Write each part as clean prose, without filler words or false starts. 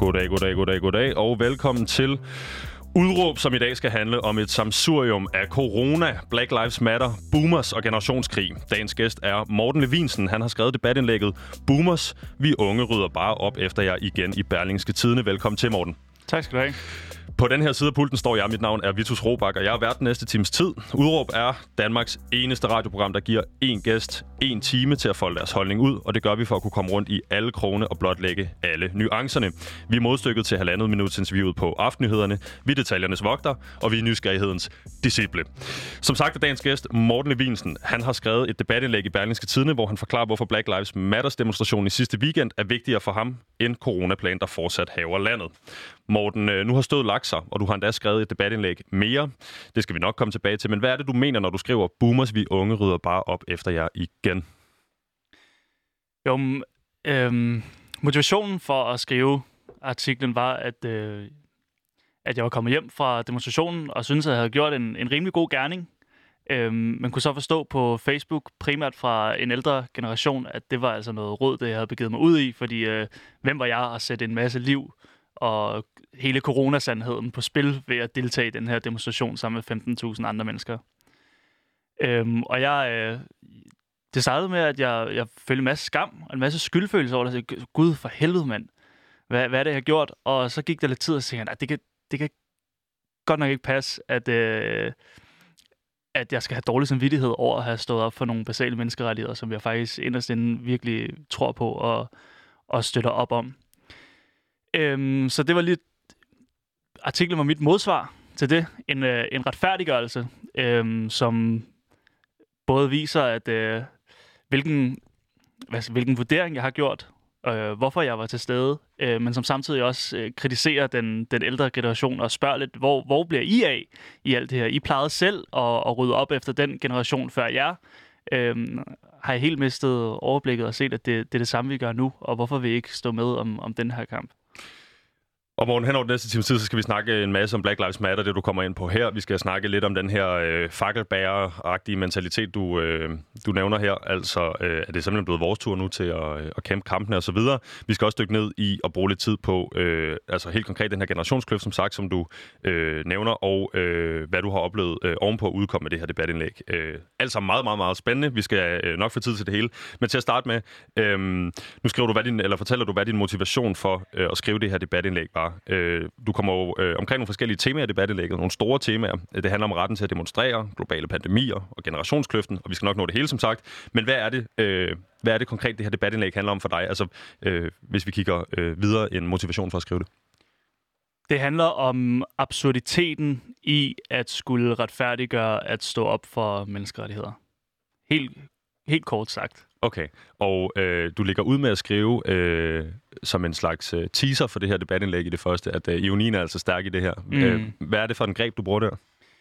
Goddag, og velkommen til Udråb, som i dag skal handle om et sammensurium af corona, Black Lives Matter, boomers og generationskrig. Dagens gæst er Morten Levinsen. Han har skrevet debatindlægget Boomers, vi unge rydder bare op efter jer igen i Berlingske Tidende. Velkommen til, Morten. Tak skal du have. På den her side af pulten står jeg. Mit navn er Vitus Robak, og jeg har været den næste times tid. Udråb er Danmarks eneste radioprogram, der giver én gæst 1 time til at folde deres holdning ud, og det gør vi for at kunne komme rundt i alle krone og blotlægge alle nuancerne. Vi er modstykket til 1,5 minuts interviewet på Aftennyhederne. Vi er detaljernes vogter, og vi er nysgerrighedens disciple. Som sagt er dagens gæst Morten Levinsen. Han har skrevet et debatindlæg i Berlingske Tidende, hvor han forklarer, hvorfor Black Lives Matters demonstrationen i sidste weekend er vigtigere for ham end coronaplan, der fortsat haver landet. Morten, nu har stået lagt sig, og du har endda skrevet et debatindlæg mere. Det skal vi nok komme tilbage til. Men hvad er det, du mener, når du skriver, boomers, vi unge rydder bare op efter jer igen? Jo, motivationen for at skrive artiklen var, at jeg var kommet hjem fra demonstrationen og syntes, at jeg havde gjort en rimelig god gerning. Man kunne så forstå på Facebook, primært fra en ældre generation, at det var altså noget råd, det jeg havde begivet mig ud i, fordi hvem var jeg at sætte en masse liv og hele coronasandheden på spil ved at deltage i den her demonstration sammen med 15.000 andre mennesker. Og det startede med, at jeg følte en masse skam og en masse skyldfølelse over det. Gud for helvede, mand. Hvad er det, jeg har gjort? Og så gik der lidt tid, og så tænkte jeg, det kan godt nok ikke passe, at jeg skal have dårlig samvittighed over at have stået op for nogle basale menneskerettigheder, som jeg faktisk inderst inde virkelig tror på og støtter op om. Så det var lidt... Artiklen var mit modsvar til det. En retfærdiggørelse, som både viser, at hvilken vurdering jeg har gjort, hvorfor jeg var til stede, men som samtidig også kritiserer den ældre generation og spørger lidt, hvor bliver I af i alt det her? I plejede selv at rydde op efter den generation før jer. Har jeg helt mistet overblikket og set, at det er det samme, vi gør nu, og hvorfor vil I ikke stå med om den her kamp? Og Morten, hen over den næste times tid, så skal vi snakke en masse om Black Lives Matter, det du kommer ind på her. Vi skal snakke lidt om den her fakkelbærer-agtige mentalitet, du nævner her. Altså, er det simpelthen blevet vores tur nu til at kæmpe kampene og så videre. Vi skal også dykke ned i at bruge lidt tid på, altså helt konkret den her generationskløft, som sagt, som du nævner, og hvad du har oplevet ovenpå at udkomme med det her debatindlæg. Altså meget, meget, meget spændende. Vi skal nok få tid til det hele. Men til at starte med, nu skriver du, fortæller du, hvad din motivation for at skrive det her debatindlæg var. Du kommer jo omkring nogle forskellige temaer i debatindlægget, nogle store temaer. Det handler om retten til at demonstrere, globale pandemier og generationskløften, og vi skal nok nå det hele, som sagt. Men hvad er det konkret, det her debatindlæg handler om for dig? Altså, hvis vi kigger videre, en motivation for at skrive det. Det handler om absurditeten i at skulle retfærdiggøre at stå op for menneskerettigheder. Helt kort sagt. Okay, og du lægger ud med at skrive som en slags teaser for det her debatindlæg i det første, at ironien er altså stærk i det her. Hvad er det for en greb, du bruger der?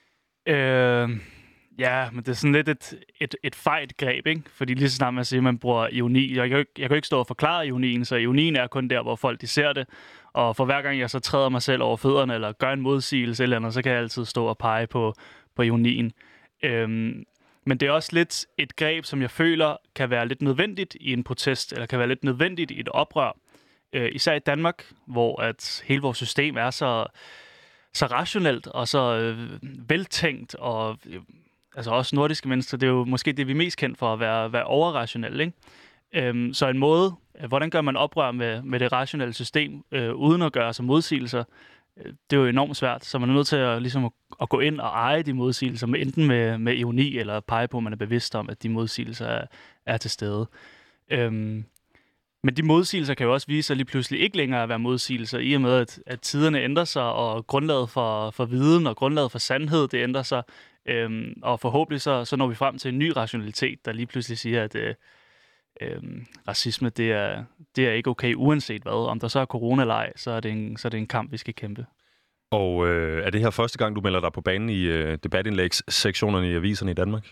Ja, men det er sådan lidt et fejt greb, ikke? Fordi lige så snart man siger, at man bruger ironi. Jeg kan jo ikke stå og forklare ironien, så ironien er kun der, hvor folk de ser det. Og for hver gang jeg så træder mig selv over fødderne, eller gør en modsigelse eller andet, så kan jeg altid stå og pege på ironien. Men det er også lidt et greb, som jeg føler kan være lidt nødvendigt i en protest, eller kan være lidt nødvendigt i et oprør. Især i Danmark, hvor at hele vores system er så rationelt og så veltænkt, og altså også nordiske mennesker, det er jo måske det, vi er mest kendt for at være overrationelle, ikke? Så en måde, hvordan gør man oprør med det rationelle system, uden at gøre sig modsigelser, det er jo enormt svært, så man er nødt til at gå ind og eje de modsigelser, enten med ironi eller pege på, at man er bevidst om, at de modsigelser er til stede. Men de modsigelser kan jo også vise sig lige pludselig ikke længere at være modsigelser, i og med, at tiderne ændrer sig, og grundlaget for viden og grundlaget for sandhed, det ændrer sig. Og forhåbentlig så når vi frem til en ny rationalitet, der lige pludselig siger, at racisme, det er ikke okay, uanset hvad. Om der så er corona eller ej, så er det en kamp, vi skal kæmpe. Og er det her første gang, du melder dig på banen i debatindlægssektionerne i aviserne i Danmark?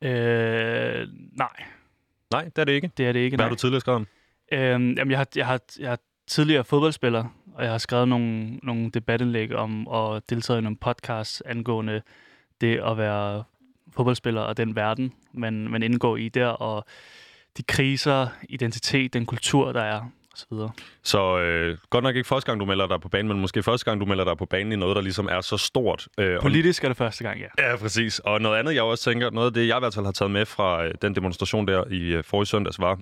Nej. Nej, det er det ikke? Det er det ikke, Hvad har du tidligere skrevet om? Jamen, jeg har tidligere fodboldspiller, og jeg har skrevet nogle debatindlæg om og deltaget i nogle podcasts angående det at være fodboldspiller og den verden, man indgår i der, og de kriser, identitet, den kultur, der er. videre. Så godt nok ikke første gang, du melder dig på banen, men måske første gang, du melder dig på banen i noget, der ligesom er så stort. Politisk er det første gang, ja. Ja, præcis. Og noget andet, jeg også tænker, noget af det, jeg i hvert fald har taget med fra den demonstration der i forrige søndags, var,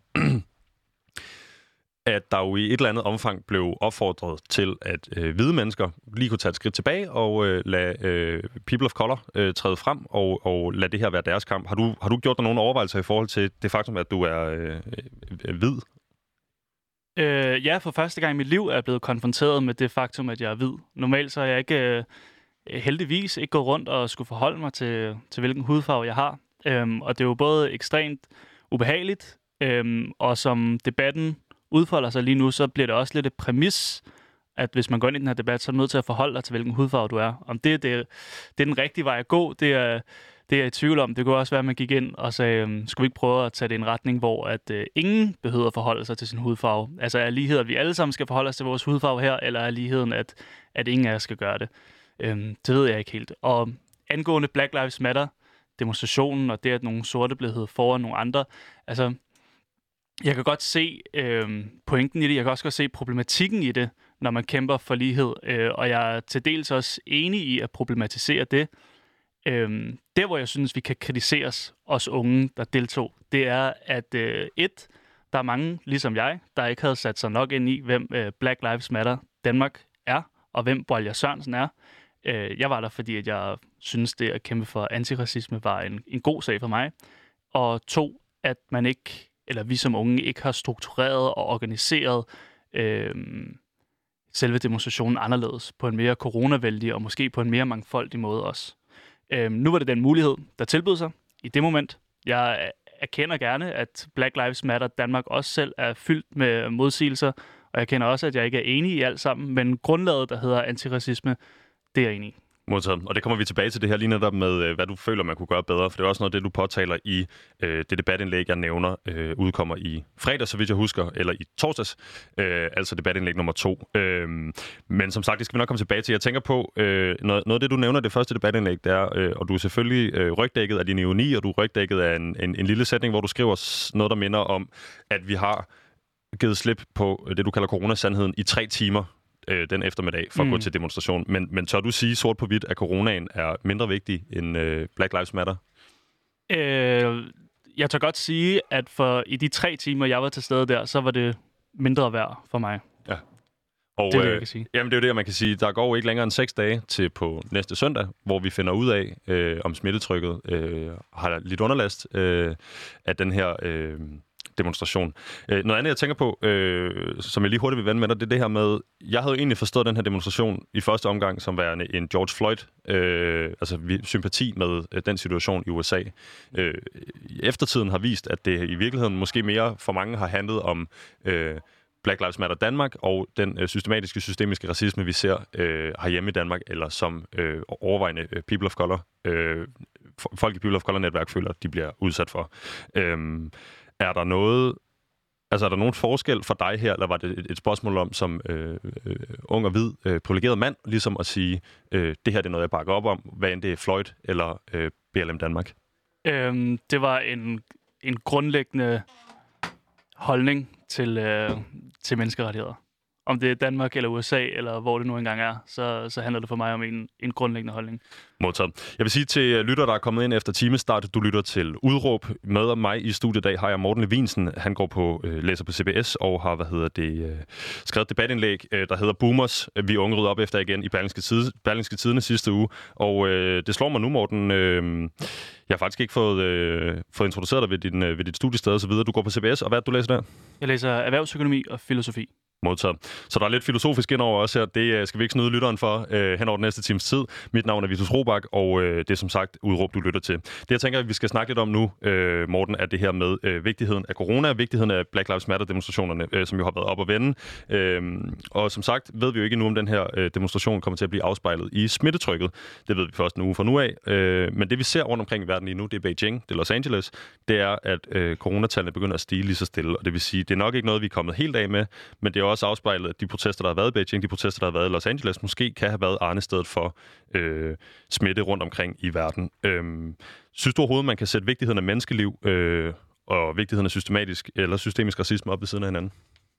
at der jo i et eller andet omfang blev opfordret til, at hvide mennesker lige kunne tage et skridt tilbage og lade people of color træde frem og lade det her være deres kamp. Har du gjort dig nogle overvejelser i forhold til det faktum, at du er hvid? Ja, for første gang i mit liv er jeg blevet konfronteret med det faktum, at jeg er hvid. Normalt så er jeg ikke heldigvis ikke gået rundt og skulle forholde mig til hvilken hudfarve jeg har. Og det er jo både ekstremt ubehageligt, og som debatten udfolder sig lige nu, så bliver det også lidt et præmis, at hvis man går ind i den her debat, så er du nødt til at forholde dig til, hvilken hudfarve du er. Om det er den rigtige vej at gå, det er jeg i tvivl om. Det kunne også være, at man gik ind og sagde, skulle vi ikke prøve at tage det i en retning, hvor at ingen behøver at forholde sig til sin hudfarve? Altså er ligheden, at vi alle sammen skal forholde os til vores hudfarve her, eller er ligheden, at ingen af os skal gøre det? Det ved jeg ikke helt. Og angående Black Lives Matter, demonstrationen, og det, at nogle sorte blev heddet foran nogle andre, altså jeg kan godt se pointen i det, jeg kan også godt se problematikken i det, når man kæmper for lighed, og jeg er til dels også enig i at problematisere det. Der, hvor jeg synes, vi kan kritiseres, os unge, der deltog, det er, at der er mange, ligesom jeg, der ikke havde sat sig nok ind i, hvem Black Lives Matter Danmark er, og hvem Bwalya Sørensen er. Jeg var der, fordi at jeg synes, det at kæmpe for antiracisme var en god sag for mig. Og 2, at man ikke, eller vi som unge, ikke har struktureret og organiseret selve demonstrationen anderledes, på en mere coronavældig og måske på en mere mangfoldig måde også. Nu var det den mulighed, der tilbød sig i det moment. Jeg erkender gerne, at Black Lives Matter Danmark også selv er fyldt med modsigelser, og jeg kender også, at jeg ikke er enig i alt sammen, men grundlaget, der hedder antiracisme, det er jeg enig i. Modtaget. Og det kommer vi tilbage til det her lige netop med, hvad du føler, man kunne gøre bedre. For det er også noget af det, du påtaler i det debatindlæg, jeg nævner, udkommer i fredag, så vidt jeg husker, eller i torsdags. Altså debatindlæg nummer 2. Men som sagt, det skal vi nok komme tilbage til. Jeg tænker på, noget af det, du nævner, det første debatindlæg, der og du er selvfølgelig rygdækket af din ironi, og du er rygdækket af en lille sætning, hvor du skriver noget, der minder om, at vi har givet slip på det, du kalder coronasandheden i 3 timer den eftermiddag for at gå til demonstration. Men tør du sige sort på hvidt, at coronaen er mindre vigtig end Black Lives Matter? Jeg tør godt sige, at i de 3 timer, jeg var til stede der, så var det mindre værd for mig. Ja. Og, det er det, jeg kan sige. Jamen, det er jo det, man kan sige. Der går ikke længere end 6 dage til på næste søndag, hvor vi finder ud af, om smittetrykket har lidt underlast af den her demonstration. Noget andet, jeg tænker på, som jeg lige hurtigt vil vende med dig, det er det her med, jeg havde jo egentlig forstået den her demonstration i første omgang som værende en George Floyd, sympati med den situation i USA. Eftertiden har vist, at det i virkeligheden måske mere for mange har handlet om Black Lives Matter Danmark og den systemiske racisme, vi ser herhjemme i Danmark, eller som overvejende people of color, folk i people of color-netværk føler, at de bliver udsat for. Er der nogen forskel for dig her, eller var det et spørgsmål om, som ung og hvid, privilegeret mand, ligesom at sige, det her det er noget, jeg bakker op om, hvad end det er Floyd eller BLM Danmark? Det var en grundlæggende holdning til menneskerettigheder. Om det er Danmark eller USA, eller hvor det nu engang er, så handler det for mig om en grundlæggende holdning. Modtaget. Jeg vil sige til lytter, der er kommet ind efter timestart, du lytter til Udråb. Med mig i studiet i dag har jeg Morten Levinsen. Han går på læser på CBS og har skrevet et debatindlæg, der hedder Boomers. Vi unge rydder op efter igen i Berlingske Tidende sidste uge. Og det slår mig nu, Morten. Jeg har faktisk ikke fået introduceret dig ved dit studiested og så videre. Du går på CBS, og hvad du læser der? Jeg læser erhvervsøkonomi og filosofi. Modtaget. Så der er lidt filosofisk ind over os her. Det skal vi ikke snyde lytteren for hen over den næste times tid. Mit navn er Vitus Robak, og det er som sagt Udråb, du lytter til. Det jeg tænker, at vi skal snakke lidt om nu, Morten, er det her med vigtigheden af corona, vigtigheden af Black Lives Matter-demonstrationerne, som jo har været op at vende. Og som sagt ved vi jo ikke endnu, om den her demonstration kommer til at blive afspejlet i smittetrykket. Det ved vi først en uge fra nu af. Men det vi ser rundt omkring i verden lige nu, det er Beijing, det er Los Angeles, det er, at coronatallene begynder at stige lige så stille. Og det vil sige, det er nok ikke noget, vi er kommet helt af med, men det er også afspejlet, at de protester, der har været i Beijing, de protester, der har været i Los Angeles, måske kan have været arnestedet for smitte rundt omkring i verden. Synes du overhovedet, man kan sætte vigtigheden af menneskeliv og vigtigheden af systemisk racisme op ved siden af hinanden?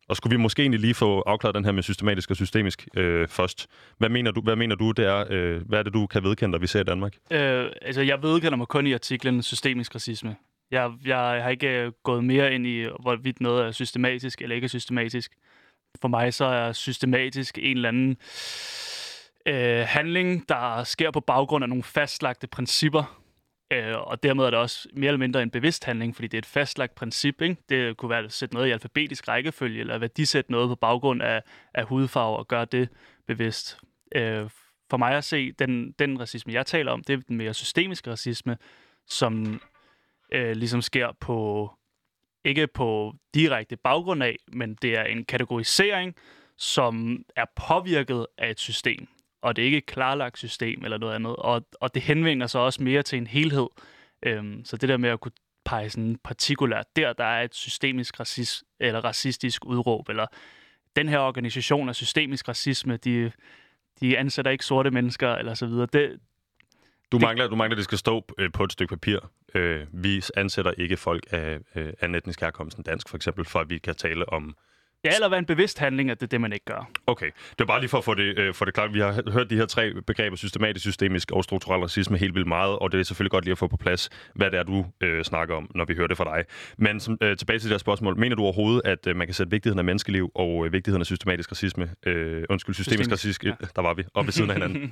Og skulle vi måske egentlig lige få afklaret den her med systematisk og systemisk først. Hvad mener du det er? Hvad er det, du kan vedkende dig, vi ser i Danmark? Altså, jeg vedkender mig kun i artiklen systemisk racisme. Jeg har ikke gået mere ind i, hvorvidt noget er systematisk eller ikke er systematisk. For mig så er systematisk en eller anden handling, der sker på baggrund af nogle fastlagte principper. Og dermed er det også mere eller mindre en bevidst handling, fordi det er et fastlagt princip. Ikke? Det kunne være at sætte noget i alfabetisk rækkefølge, eller værdisætte noget på baggrund af hudfarve og gøre det bevidst. For mig at se, den racisme, jeg taler om, det er den mere systemiske racisme, som ligesom sker på, ikke på direkte baggrund af, men det er en kategorisering, som er påvirket af et system. Og det er ikke et klarlagt system eller noget andet. Og det henvender sig også mere til en helhed. Så det der med at kunne pege sådan partikulært, der er et systemisk racistisk udråb, eller den her organisation af systemisk racisme, de ansætter ikke sorte mennesker, eller så videre. Du mangler, at det skal stå på et stykke papir. Vi ansætter ikke folk af etnisk herkomst end dansk, for eksempel, for at vi kan tale om... Ja, eller være en bevidst handling, at det er det, man ikke gør. Okay. Det er bare lige for at få det klart. Vi har hørt de her 3 begreber, systematisk, systemisk og strukturel racisme, helt vildt meget, og det er selvfølgelig godt lige at få på plads, hvad det er, du snakker om, når vi hører det fra dig. Men tilbage til det her spørgsmål. Mener du overhovedet, at man kan sætte vigtigheden af menneskeliv og vigtigheden af systematisk racisme, systemisk racisme, ja. Der var vi, op ved siden af hinanden?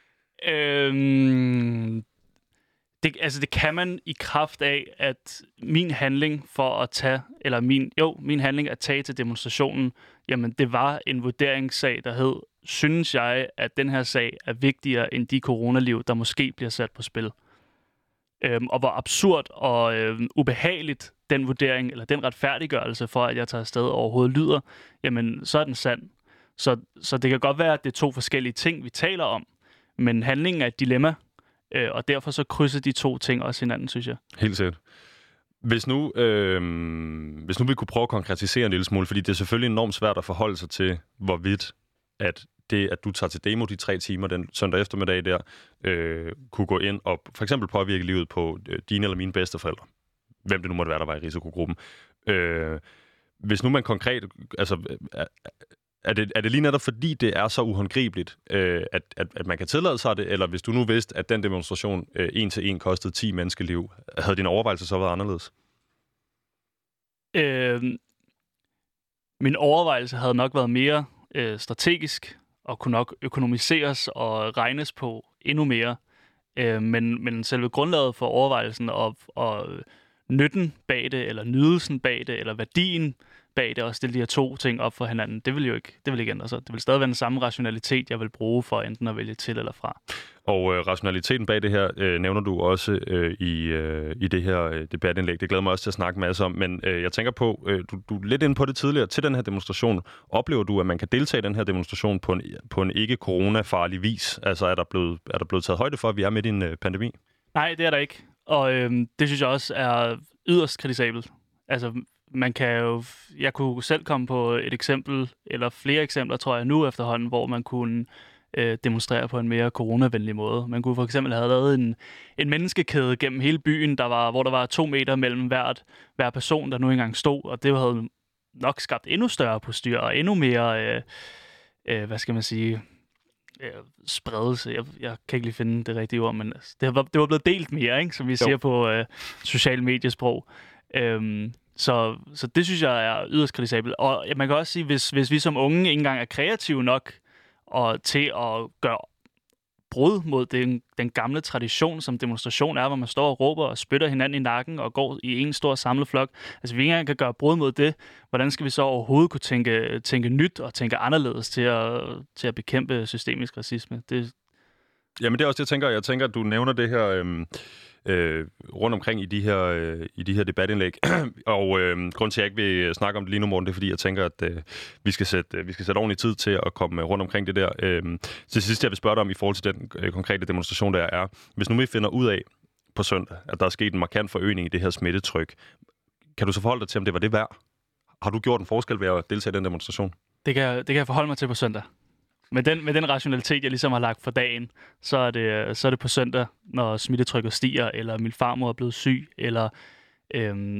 Det kan man i kraft af, at min handling at tage til demonstrationen, jamen det var en vurderingssag, der hed, synes jeg, at den her sag er vigtigere end de coronaliv, der måske bliver sat på spil. Og hvor absurd og ubehageligt den vurdering, eller den retfærdiggørelse for, at jeg tager afsted overhovedet lyder, jamen så er den sand. Så det kan godt være, at det er 2 forskellige ting, vi taler om, men handlingen er et dilemma, og derfor så krydser de 2 ting også hinanden, synes jeg. Helt sikkert. Hvis nu vi kunne prøve at konkretisere en lille smule, fordi det er selvfølgelig enormt svært at forholde sig til, hvorvidt at det, at du tager til demo de 3 timer den søndag eftermiddag der, kunne gå ind og for eksempel påvirke livet på dine eller mine bedsteforældre. Hvem det nu måtte være, der var i risikogruppen. Hvis nu man konkret... Altså, er det lige netop fordi, det er så uhåndgribeligt, at man kan tillade sig det, eller hvis du nu vidste, at den demonstration 1-1 kostede 10 menneskeliv, havde din overvejelse så været anderledes? Min overvejelse havde nok været mere strategisk, og kunne nok økonomiseres og regnes på endnu mere. Men selve grundlaget for overvejelsen og nytten bag det, eller nydelsen bag det, eller værdien bag det, og stille de her 2 ting op for hinanden, det vil ikke ændre sig. Det vil stadig være den samme rationalitet, jeg vil bruge for enten at vælge til eller fra. Og rationaliteten bag det her nævner du også i det her debatindlæg. Det glæder mig også til at snakke masser om, men jeg tænker på, du er lidt inde på det tidligere, til den her demonstration. Oplever du, at man kan deltage i den her demonstration på en ikke-corona-farlig vis? Altså er der blevet taget højde for, at vi er midt i en pandemi? Nej, det er der ikke. Og det synes jeg også er yderst kritisabelt. Altså, jeg kunne selv komme på et eksempel, eller flere eksempler, tror jeg, nu efterhånden, hvor man kunne demonstrere på en mere coronavenlig måde. Man kunne for eksempel have lavet en menneskekæde gennem hele byen, hvor der var 2 meter mellem hver person, der nu engang stod, og det havde nok skabt endnu større postyr, og endnu mere, hvad skal man sige, spredelse. Jeg kan ikke lige finde det rigtige ord, men det var blevet delt mere, ikke? Som vi siger på social mediesprog. Så det synes jeg er yderst kritisabelt. Og man kan også sige, hvis vi som unge ikke engang er kreative nok og til at gøre brud mod den gamle tradition, som demonstration er, hvor man står og råber og spytter hinanden i nakken og går i en stor samlet flok. Altså, hvis vi ikke engang kan gøre brud mod det, hvordan skal vi så overhovedet kunne tænke nyt og tænke anderledes til at bekæmpe systemisk racisme? Jamen, det er også det, jeg tænker, at du nævner det her... rundt omkring i de her debatindlæg. Og grund til, at jeg ikke vil snakke om det lige nu, Morten, det er, fordi jeg tænker, at vi skal sætte ordentlig tid til at komme rundt omkring det der. Til sidst, jeg vil spørge dig om i forhold til den konkrete demonstration, der er. Hvis nu vi finder ud af på søndag, at der er sket en markant forøgning i det her smittetryk, kan du så forholde dig til, om det var det værd? Har du gjort en forskel ved at deltage i den demonstration? Det kan jeg forholde mig til på søndag. Med den rationalitet, jeg ligesom har lagt for dagen, så er det på søndag, når smittetrykket stiger, eller min farmor er blevet syg, eller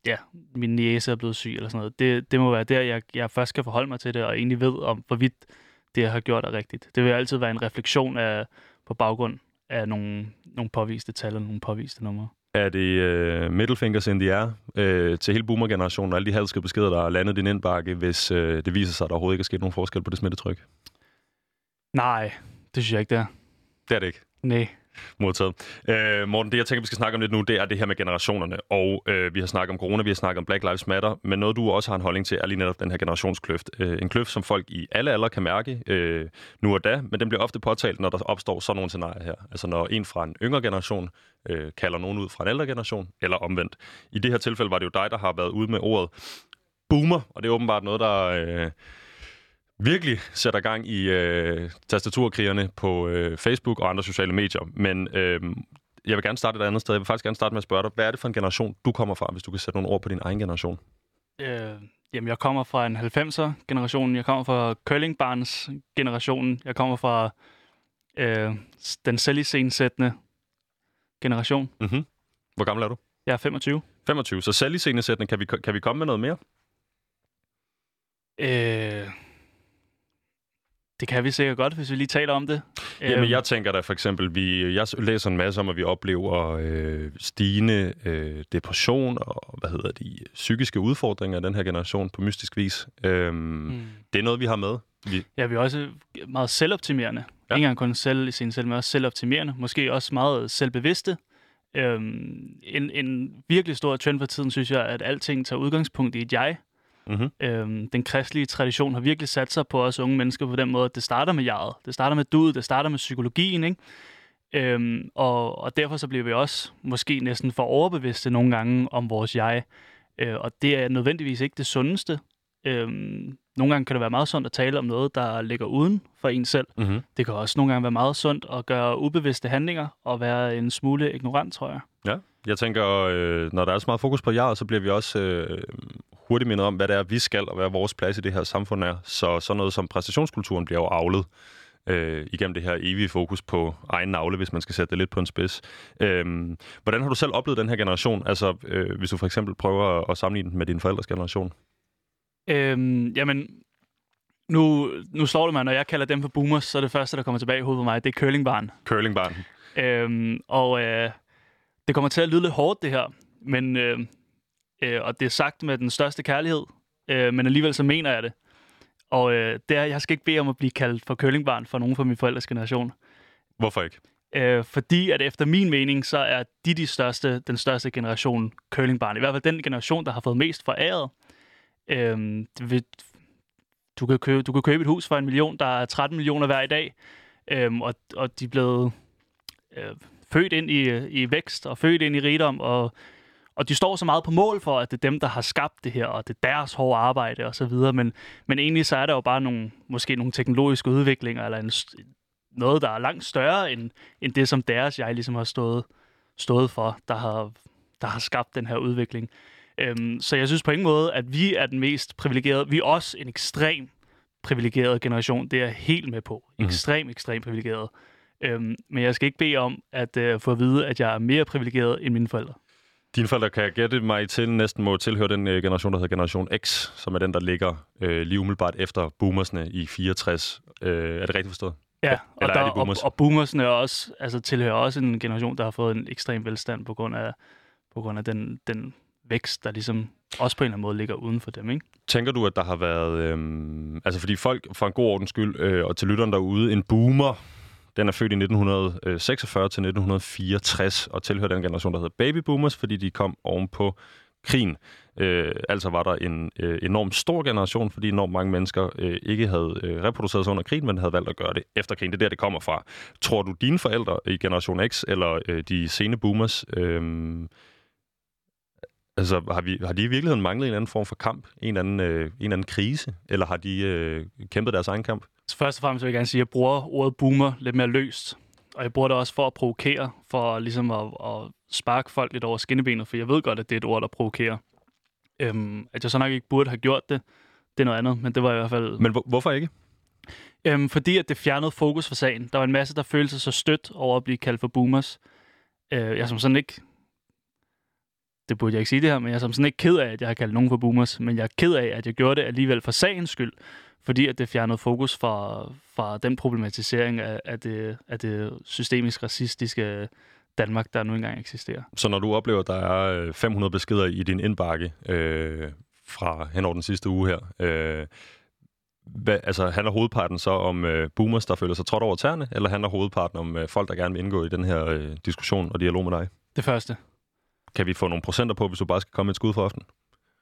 min niece er blevet syg eller sådan noget. Det må være der, jeg først kan forholde mig til det, og egentlig ved, om hvorvidt det, jeg har gjort, er rigtigt. Det vil altid være en refleksion på baggrund af nogle påviste tal og nogle påviste numre. Er det middle fingers in the air til hele boomer-generationen og alle de hadske beskeder, der er landet din indbakke, hvis det viser sig, at der overhovedet ikke er sket nogen forskel på det smittetryk? Nej, det synes jeg ikke, det er. Det er det ikke? Nej. Modtaget. Morten, det jeg tænker, vi skal snakke om lidt nu, det er det her med generationerne. Og vi har snakket om corona, vi har snakket om Black Lives Matter, men noget, du også har en holdning til, er lige netop den her generationskløft. En kløft, som folk i alle aldre kan mærke nu og da, men den bliver ofte påtalt, når der opstår sådan nogle scenarier her. Altså når en fra en yngre generation kalder nogen ud fra en ældre generation, eller omvendt. I det her tilfælde var det jo dig, der har været ude med ordet boomer, og det er åbenbart noget, der virkelig sætter gang i tastaturkrigerne på Facebook og andre sociale medier. Men jeg vil gerne starte et andet sted. Jeg vil faktisk gerne starte med at spørge dig, hvad er det for en generation, du kommer fra, hvis du kan sætte nogle ord på din egen generation? Jamen, jeg kommer fra en 90'er-generation. Jeg kommer fra curlingbarns-generationen. Jeg kommer fra den selviscenesættende generation. Mm-hmm. Hvor gammel er du? Jeg er 25. 25. Så selviscenesættende, kan vi komme med noget mere? Det kan vi sikkert godt, hvis vi lige taler om det. Jamen, jeg tænker da for eksempel, jeg læser en masse om, at vi oplever stigende depression og, psykiske udfordringer af den her generation på mystisk vis. Det er noget, vi har med. Ja, vi er også meget selvoptimerende. Ja. Ikke engang kun selv i sin selv, men også selvoptimerende. Måske også meget selvbevidste. En virkelig stor trend for tiden, synes jeg, at alting tager udgangspunkt i et jeg. Mm-hmm. Den kristelige tradition har virkelig sat sig på os unge mennesker på den måde, at det starter med jeget. Det starter med duet, det starter med psykologien, ikke? Og derfor så bliver vi også måske næsten for overbevidste nogle gange om vores jeg. Og det er nødvendigvis ikke det sundeste. Nogle gange kan det være meget sundt at tale om noget, der ligger uden for en selv. Mm-hmm. Det kan også nogle gange være meget sundt at gøre ubevidste handlinger og være en smule ignorant, tror jeg. Ja, jeg tænker, når der er så meget fokus på jeget, så bliver vi også hurtigt mindet om, hvad det er, vi skal, og hvad vores plads i det her samfund er. Så sådan noget som præstationskulturen bliver jo avlet igennem det her evige fokus på egen navle, hvis man skal sætte det lidt på en spids. Hvordan har du selv oplevet den her generation? Altså, hvis du for eksempel prøver at sammenligne den med din forældres generation? Jamen, nu slår det mig, når jeg kalder dem for boomers, så er det første, der kommer tilbage i hovedet på mig, det er curlingbarn. Curlingbarn. Det kommer til at lyde lidt hårdt, det her, men og det er sagt med den største kærlighed, men alligevel så mener jeg det. Og jeg skal ikke bede om at blive kaldt for curlingbarn for nogen fra min forældres generation. Hvorfor ikke? Fordi at efter min mening, så er den største generation curlingbarn. I hvert fald den generation, der har fået mest foræret. Du kan købe et hus for 1 million, der er 13 millioner hver i dag, og de er blevet født ind i vækst og født ind i rigdom, og de står så meget på mål for, at det er dem, der har skabt det her, og det er deres hårde arbejde og så videre, men egentlig så er der jo bare måske nogle teknologiske udviklinger, eller noget, der er langt større end det, som deres jeg ligesom har stået for, der har skabt den her udvikling. Så jeg synes på ingen måde, at vi er den mest privilegerede. Vi er også en ekstrem privilegeret generation. Det er jeg helt med på. Ekstrem privilegeret. Men jeg skal ikke bede om at få at vide, at jeg er mere privilegeret end mine forældre. Dine forældre, kan jeg gætte mig til, næsten må tilhøre den generation, der hedder Generation X, som er den, der ligger lige umiddelbart efter boomersne i 64. Er det rigtigt forstået? Ja, og boomersne også, tilhører også en generation, der har fået en ekstrem velstand på grund af den vækst, der ligesom også på en eller anden måde ligger uden for dem, ikke? Tænker du, at der har været... fordi folk, for en god ordens skyld, og til lytteren derude, en boomer, den er født i 1946 til 1964, og tilhører den generation, der hedder baby boomers, fordi de kom oven på krigen. Altså var der en enormt stor generation, fordi enormt mange mennesker ikke havde reproduceret sig under krigen, men havde valgt at gøre det efter krigen. Det er der, det kommer fra. Tror du, dine forældre i Generation X, eller de sene boomers... har de i virkeligheden manglet en eller anden form for kamp? En eller anden krise? Eller har de kæmpet deres egen kamp? Først og fremmest vil jeg gerne sige, at jeg bruger ordet boomer lidt mere løst. Og jeg bruger det også for at provokere, for ligesom at sparke folk lidt over skinnebenet, for jeg ved godt, at det er et ord, der provokerer. At jeg så nok ikke burde have gjort det, det er noget andet, men det var i hvert fald... Men hvorfor ikke? Fordi at det fjernede fokus for sagen. Der var en masse, der følte sig så stødt over at blive kaldt for boomers. Jeg som sådan ikke... det burde jeg ikke sige det her, men jeg er som sådan ikke ked af, at jeg har kaldt nogen for boomers, men jeg er ked af, at jeg gjorde det alligevel for sagens skyld, fordi at det fjernede fokus fra den problematisering af det systemisk racistiske Danmark, der nu engang eksisterer. Så når du oplever, at der er 500 beskeder i din indbakke fra hen over den sidste uge her, handler hovedparten så om boomers, der føler sig trådt over tæerne, eller handler hovedparten om folk, der gerne vil indgå i den her diskussion og dialog med dig? Det første. Kan vi få nogle procenter på, hvis du bare skal komme et skud for aften?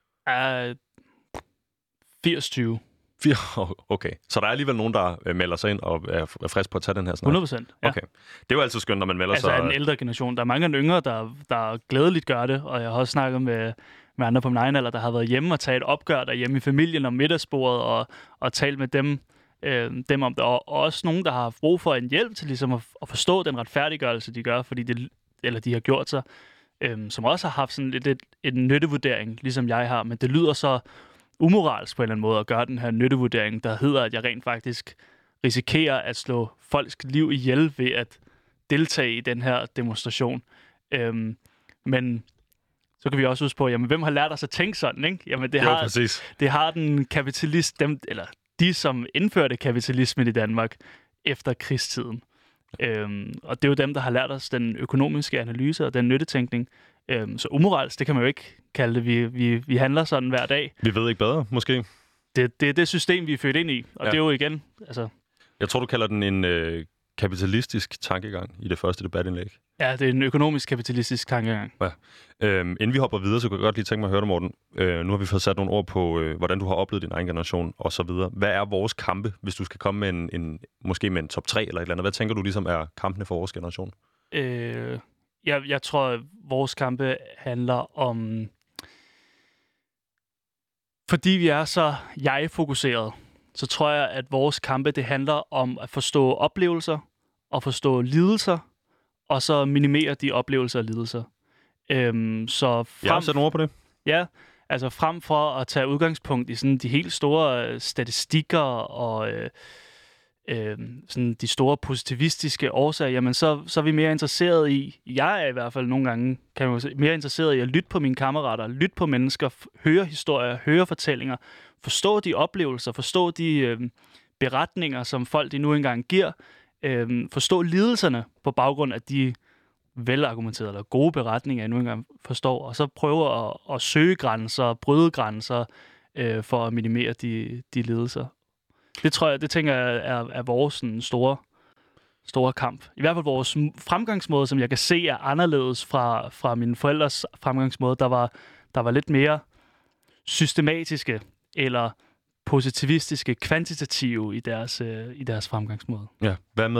80-20. Okay. Så der er alligevel nogen, der melder sig ind og er frisk på at tage den her snak? 100%, ja. Okay. Det er jo altid skønt, når man melder sig. Altså en ældre generation. Der er mange af de yngre, der glædeligt gør det, og jeg har også snakket med andre på min egen alder, der har været hjemme og taget et opgør derhjemme i familien om middagsbordet og talt med dem om det. Og også nogen, der har haft brug for en hjælp til ligesom at forstå den retfærdiggørelse, de gør, fordi de har gjort sig, som også har haft sådan lidt en nyttevurdering, ligesom jeg har, men det lyder så umoralsk på en eller anden måde at gøre den her nyttevurdering, der hedder, at jeg rent faktisk risikerer at slå folks liv ihjel ved at deltage i den her demonstration. Men så kan vi også huske på, jamen, hvem har lært os at tænke sådan, ikke? Jamen, det har den kapitalist, de som indførte kapitalismen i Danmark efter krigstiden. Og det er jo dem, der har lært os den økonomiske analyse og den nyttetænkning. Så umoralsk, det kan man jo ikke kalde det. Vi handler sådan hver dag. Vi ved ikke bedre, måske? Det er det system, vi er født ind i. Og det er jo igen... Altså... Jeg tror, du kalder den en kapitalistisk tankegang i det første debatindlæg. Ja, det er en økonomisk kapitalistisk tankegang. Ja. Inden vi hopper videre, så kunne jeg godt lige tænke mig at høre dig, Morten. Nu har vi fået sat nogle ord på, hvordan du har oplevet din egen generation og så videre. Hvad er vores kampe, hvis du skal komme med måske med en top 3 eller et eller andet? Hvad tænker du ligesom er kampene for vores generation? Jeg tror, at vores kampe handler om... Fordi vi er så jeg-fokuseret, så tror jeg, at vores kampe, det handler om at forstå oplevelser og forstå lidelser, og så minimere de oplevelser og lidelser. Sæt nogle ord på det. Ja, altså frem for at tage udgangspunkt i sådan de helt store statistikker og sådan de store positivistiske årsager, jamen så er vi mere interesseret i, jeg er i hvert fald nogle gange, kan man sige, mere interesseret i at lytte på mine kammerater, lytte på mennesker, høre historier, høre fortællinger, forstå de oplevelser, forstå de beretninger, som folk de nu engang giver, forstå lidelserne på baggrund af de velargumenterede eller gode beretninger, jeg nu engang forstår, og så prøve at søge grænser, bryde grænser, for at minimere de lidelser. Det tænker jeg er vores sådan, store kamp. I hvert fald vores fremgangsmåde, som jeg kan se er anderledes fra mine forældres fremgangsmåde, der var lidt mere systematiske eller positivistiske, kvantitative i deres fremgangsmåde. Ja, hvad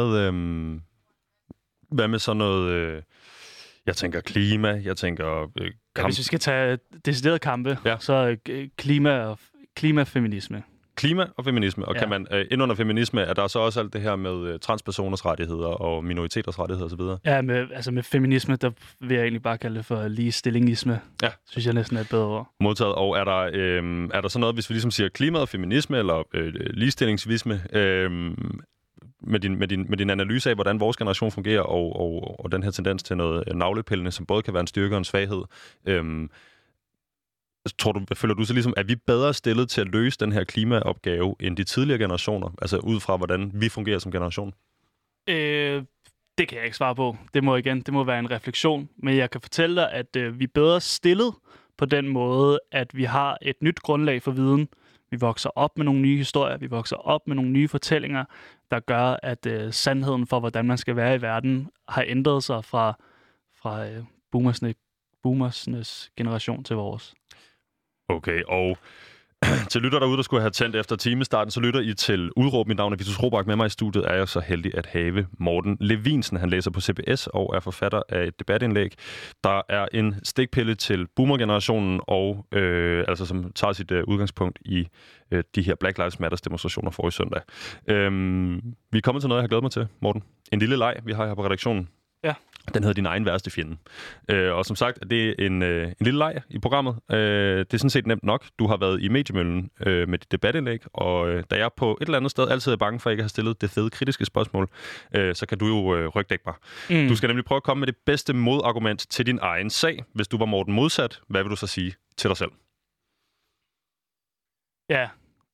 med sådan noget... Jeg tænker klima, jeg tænker kamp. Ja, hvis vi skal tage deciderede kampe, så klimafeminisme. Klima og feminisme, og kan man ind under feminisme, er der så også alt det her med transpersoners rettigheder og minoriteters rettigheder osv.? Ja, med feminisme, der vil jeg egentlig bare kalde det for ligestillingisme. Ja. Synes jeg næsten er et bedre ord. Modtaget. Og er der så noget, hvis vi ligesom siger klima og feminisme, eller ligestillingsvisme, med din analyse af, hvordan vores generation fungerer, og den her tendens til noget navlepillende, som både kan være en styrke og en svaghed, føler du så ligesom, at vi bedre stillet til at løse den her klimaopgave end de tidligere generationer? Altså ud fra, hvordan vi fungerer som generation? Det kan jeg ikke svare på. Det må være en refleksion. Men jeg kan fortælle dig, at vi er bedre stillet på den måde, at vi har et nyt grundlag for viden. Vi vokser op med nogle nye historier. Vi vokser op med nogle nye fortællinger, der gør, at sandheden for, hvordan man skal være i verden, har ændret sig fra boomersenes generation til vores. Okay, og til lytter derude, der skulle have tændt efter timestarten, så lytter I til Udråb. Mit navn er Vitus Robak. Med mig i studiet er jeg så heldig at have Morten Levinsen. Han læser på CBS og er forfatter af et debatindlæg, der er en stikpille til boomergenerationen, og som tager sit udgangspunkt i de her Black Lives Matter demonstrationer forrige søndag. Vi er kommet til noget, jeg har glædet mig til, Morten. En lille leg, vi har her på redaktionen. Ja. Den hedder Din egen værste fjende. Og som sagt, det er en lille leg i programmet. Det er sådan set nemt nok. Du har været i mediemøllen med dit debatindlæg, og da jeg på et eller andet sted altid er bange for ikke at have stillet det fede kritiske spørgsmål, så kan du jo rygdække mig. Du skal nemlig prøve at komme med det bedste modargument til din egen sag. Hvis du var Morten modsat, hvad vil du så sige til dig selv? Ja.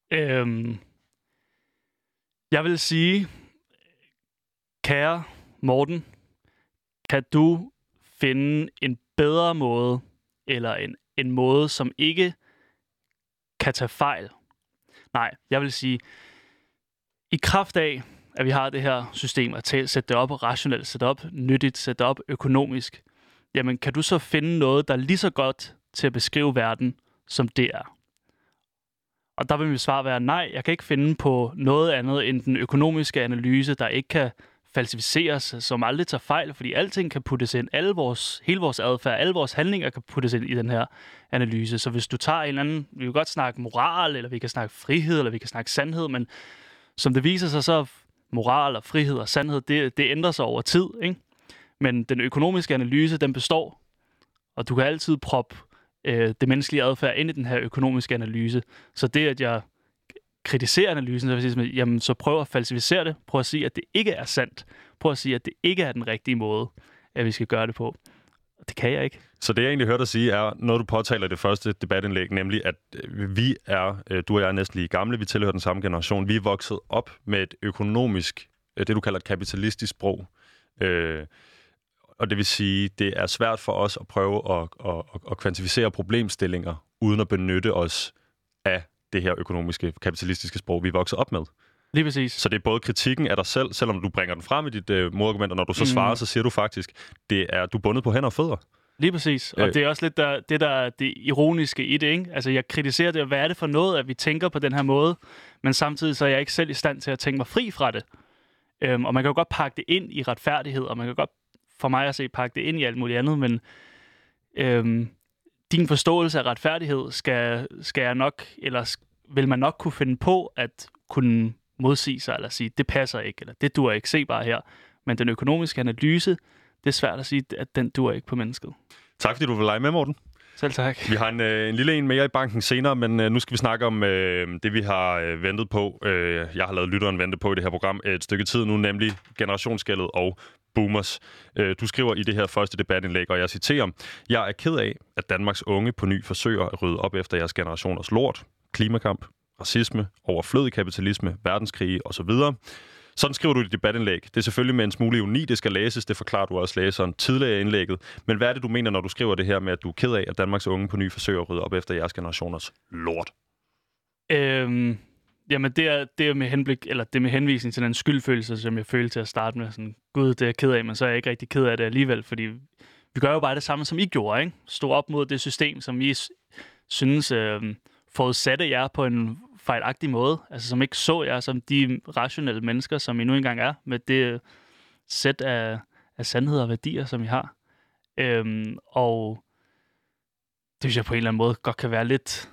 Jeg vil sige, kære Morten, kan du finde en bedre måde, eller en måde, som ikke kan tage fejl? Nej, jeg vil sige, i kraft af, at vi har det her system, at sætte det op rationelt, sætte det op nyttigt, sætte det op økonomisk, jamen kan du så finde noget, der er lige så godt til at beskrive verden, som det er? Og der vil mit svar være, nej, jeg kan ikke finde på noget andet end den økonomiske analyse, der ikke kan falsificeres, som aldrig tager fejl, fordi alting kan puttes ind, hele vores adfærd, alle vores handlinger kan puttes ind i den her analyse. Så hvis du tager en eller anden, vi kan godt snakke moral, eller vi kan snakke frihed, eller vi kan snakke sandhed, men som det viser sig, så moral og frihed og sandhed, det ændrer sig over tid, ikke? Men den økonomiske analyse, den består, og du kan altid proppe det menneskelige adfærd ind i den her økonomiske analyse. Så det, at jeg kritiserer analysen, så vil jeg sige, jamen, så prøv at falsificere det. Prøv at sige, at det ikke er sandt. Prøv at sige, at det ikke er den rigtige måde, at vi skal gøre det på. Det kan jeg ikke. Så det, jeg egentlig hørte dig sige, er, når du påtaler det første debatindlæg, nemlig at vi er, du og jeg er næsten lige gamle, vi tilhører den samme generation. Vi er vokset op med et økonomisk, det du kalder et kapitalistisk sprog. Og det vil sige, det er svært for os at prøve at kvantificere problemstillinger, uden at benytte os af det her økonomiske, kapitalistiske sprog, vi er vokset op med. Lige præcis. Så det er både kritikken af dig selv, selvom du bringer den frem i dit modargument, og når du så svarer, så siger du faktisk, du er bundet på hænder og fødder. Lige præcis. Og det er også lidt det ironiske i det, ikke? Altså, jeg kritiserer det, hvad er det for noget, at vi tænker på den her måde, men samtidig så er jeg ikke selv i stand til at tænke mig fri fra det. Og man kan jo godt pakke det ind i retfærdighed, og man kan godt, for mig at se, pakke det ind i alt muligt andet, men din forståelse af retfærdighed skal jeg nok, eller vil man nok kunne finde på at kunne modsige sig, eller sige, det passer ikke, eller det duer ikke, se bare her. Men den økonomiske analyse, det er svært at sige, at den duer ikke på mennesket. Tak fordi du vil lege med, Morten. Selv tak. Vi har en lille en mere i banken senere, men nu skal vi snakke om det, vi har ventet på. Jeg har lavet lytteren vente på i det her program et stykke tid nu, nemlig generationsskældet og boomers. Du skriver i det her første debatindlæg, og jeg citerer: "Jeg er ked af, at Danmarks unge på ny forsøger at rydde op efter jeres generationers lort, klimakamp, racisme, overflødig kapitalisme, verdenskrige osv." Sådan skriver du i dit debatindlæg. Det er selvfølgelig med en smule ironi, det skal læses. Det forklarer du også læseren tidligere i indlægget. Men hvad er det, du mener, når du skriver det her med, at du er ked af, at Danmarks unge på ny forsøger at rydde op efter jeres generationers lort? Jamen, det er med henblik, eller det er med henvisning til den skyldfølelse, som jeg følte til at starte med. Sådan, Gud, det er jeg ked af, men så er jeg ikke rigtig ked af det alligevel, fordi vi gør jo bare det samme, som I gjorde, ikke? Stå op mod det system, som I synes forudsatte jer på en fejlagtig måde, altså som ikke så jer som de rationelle mennesker, som I nu engang er, med det sæt af sandheder og værdier, som I har. Og det synes jeg på en eller anden måde godt kan være lidt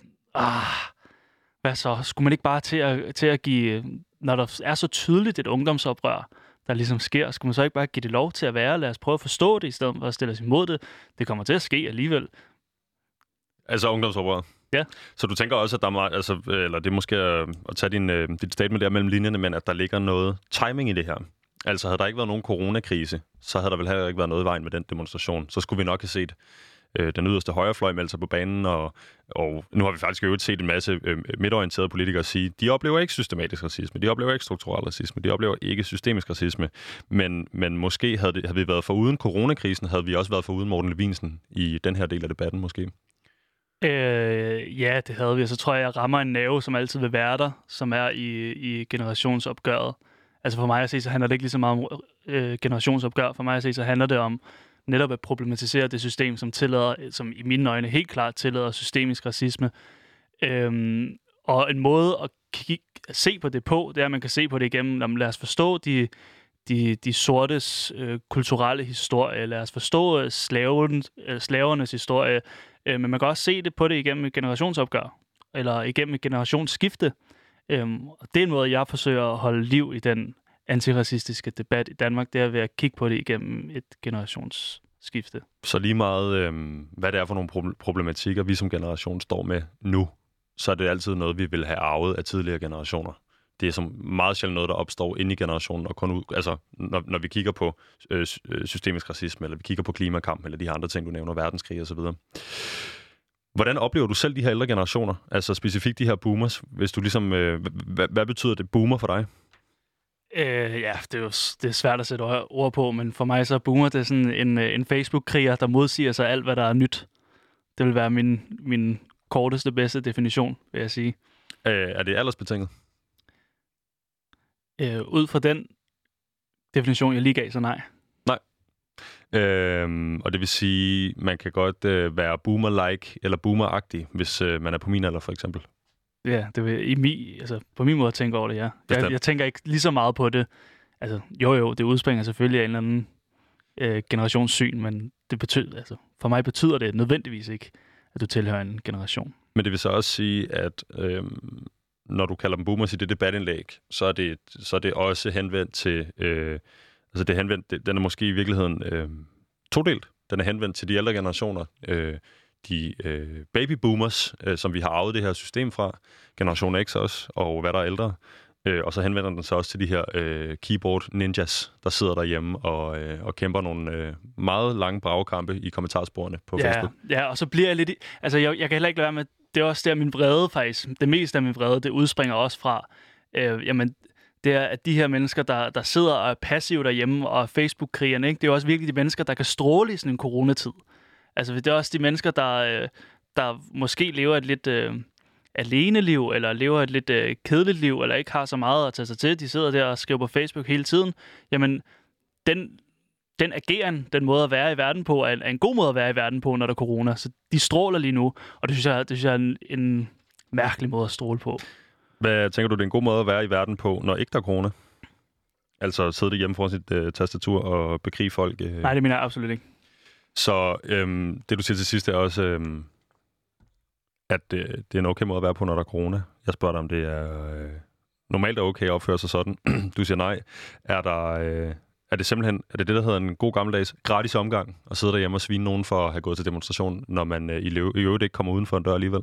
hvad så? Skulle man ikke bare til at give, når der er så tydeligt et ungdomsoprør, der ligesom sker, skulle man så ikke bare give det lov til at være? Lad os prøve at forstå det, i stedet for at stille os imod det. Det kommer til at ske alligevel. Altså ungdomsoprøret? Ja. Så du tænker også, at der er, eller det er måske at tage dit statement der mellem linjerne, men at der ligger noget timing i det her. Altså havde der ikke været nogen coronakrise, så havde der vel heller ikke været noget i vejen med den demonstration. Så skulle vi nok have set den yderste højrefløj melde sig på banen, og nu har vi faktisk øvrigt set en masse midtorienterede politikere sige, de oplever ikke systematisk racisme, de oplever ikke strukturel racisme, de oplever ikke systemisk racisme, men måske havde vi været foruden coronakrisen, havde vi også været foruden Morten Levinsen i den her del af debatten måske. Ja, det havde vi, og så tror jeg rammer en nerve, som altid vil være der, som er i generationsopgøret. Altså for mig at se, så handler det ikke lige så meget om generationsopgør. For mig at se, så handler det om netop at problematisere det system, som i mine øjne helt klart tillader systemisk racisme. Og en måde at se på det på, det er, at man kan se på det igennem, lad os forstå de sortes kulturelle historie, lad os forstå slavernes historie, men man kan også se det på det igennem et generationsopgør, eller igennem et generationsskifte. Og det er en måde, jeg forsøger at holde liv i den antiracistiske debat i Danmark, det er ved at kigge på det igennem et generationsskifte. Så lige meget, hvad det er for nogle problematikker, vi som generation står med nu, så er det altid noget, vi vil have arvet af tidligere generationer. Det er som meget sjældent noget, der opstår inde i generationen, og kun ud, altså, når vi kigger på systemisk racisme, eller vi kigger på klimakamp, eller de her andre ting, du nævner, verdenskrig osv. Hvordan oplever du selv de her ældre generationer? Altså specifikt de her boomers, hvis du ligesom, hvad betyder det boomer for dig? Ja, det er svært at sætte ord på, men for mig så er boomer det er sådan en Facebook-kriger, der modsiger sig alt, hvad der er nyt. Det vil være min korteste, bedste definition, vil jeg sige. Er det aldersbetinget? Ud fra den definition, jeg lige gav, så nej. Nej. Og det vil sige, man kan godt være boomer-like eller boomer-agtig, hvis man er på min alder, for eksempel. Ja, det vil på min måde at tænke over det, ja. Jeg tænker ikke lige så meget på det. Altså, jo, det udspringer selvfølgelig af en eller anden generationssyn, men det betyder, altså, for mig betyder det nødvendigvis ikke, at du tilhører en generation. Men det vil så også sige, at når du kalder dem boomers i det debatindlæg, så er det også henvendt til... altså, det er henvendt, den er måske i virkeligheden todelt. Den er henvendt til de ældre generationer, de babyboomers, som vi har arvet det her system fra, generation X også, og hvad der er ældre. Og så henvender den sig også til de her keyboard ninjas, der sidder derhjemme og kæmper nogle meget lange bragekampe i kommentarsporene på Facebook. Ja, og så bliver jeg lidt... Altså, jeg kan heller ikke lade være med... Det er også der, min vrede faktisk... Det meste af min vrede, det udspringer også fra... det er, at de her mennesker, der sidder og er passive derhjemme og er Facebook-krigerne, ikke? Det er jo også virkelig de mennesker, der kan stråle i sådan en coronatid. Altså, det er også de mennesker, der måske lever et lidt aleneliv, eller lever et lidt kedeligt liv, eller ikke har så meget at tage sig til. De sidder der og skriver på Facebook hele tiden. Jamen, den ageren, den måde at være i verden på, er en god måde at være i verden på, når der er corona. Så de stråler lige nu, og det synes jeg er en mærkelig måde at stråle på. Hvad tænker du, det er en god måde at være i verden på, når ikke der er corona? Altså sidde derhjemme foran sit tastatur og bekrige folk? Nej, det mener jeg absolut ikke. Så det, du siger til sidst, er også, at det er en okay måde at være på, når der er corona. Jeg spørger dig, om det er normalt er okay at opføre sig sådan. Du siger nej. Er det simpelthen det, der hedder en god gammeldags gratis omgang, at sidde derhjemme og svine nogen for at have gået til demonstration, når man i øvrigt ikke kommer uden for en dør alligevel?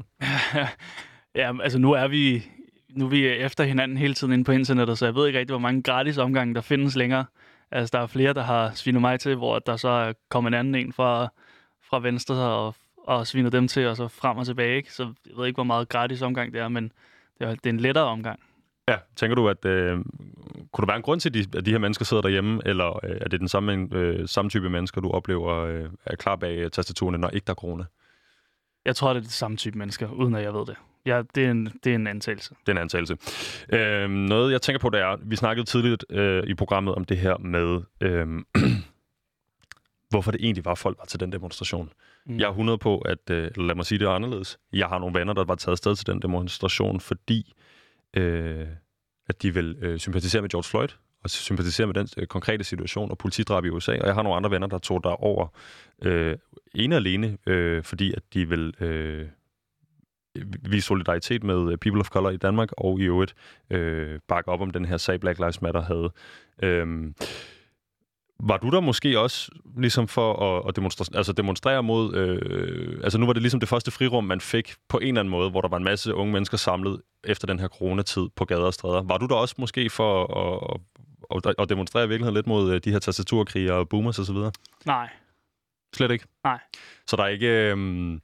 Ja, altså nu er vi efter hinanden hele tiden inde på internettet, så jeg ved ikke rigtig, hvor mange gratis omgange der findes længere. Altså, der er flere, der har svinet mig til, hvor der så er kommet en anden en fra venstre og sviner dem til, og så frem og tilbage, ikke? Så jeg ved ikke, hvor meget gratis omgang det er, men det er en lettere omgang. Ja, tænker du, at kunne der være en grund til, at de her mennesker sidder derhjemme, eller er det den samme type mennesker, du oplever er klar bag tastaturerne, når ikke der er corona? Jeg tror, det er det samme type mennesker, uden at jeg ved det. Ja, det er en antagelse. Det er en antagelse. Noget, jeg tænker på, det er, vi snakkede tidligt i programmet om det her med, hvorfor det egentlig var, folk var til den demonstration. Jeg er 100 på, at, lad mig sige det anderledes, jeg har nogle venner, der var taget afsted til den demonstration, fordi at de vil sympatisere med George Floyd, og sympatisere med den konkrete situation og politidrab i USA. Og jeg har nogle andre venner, der tog derover ene alene, fordi at de vil vise solidaritet med people of color i Danmark, og i øvrigt bakke op om den her sag, Black Lives Matter havde. Var du der måske også ligesom for at demonstrere mod... altså nu var det ligesom det første frirum, man fik på en eller anden måde, hvor der var en masse unge mennesker samlet efter den her coronatid på gader og stræder. Var du der også måske for at demonstrere i virkeligheden lidt mod de her tastaturkrigere og boomers osv.? Nej. Slet ikke? Nej. Så der er ikke...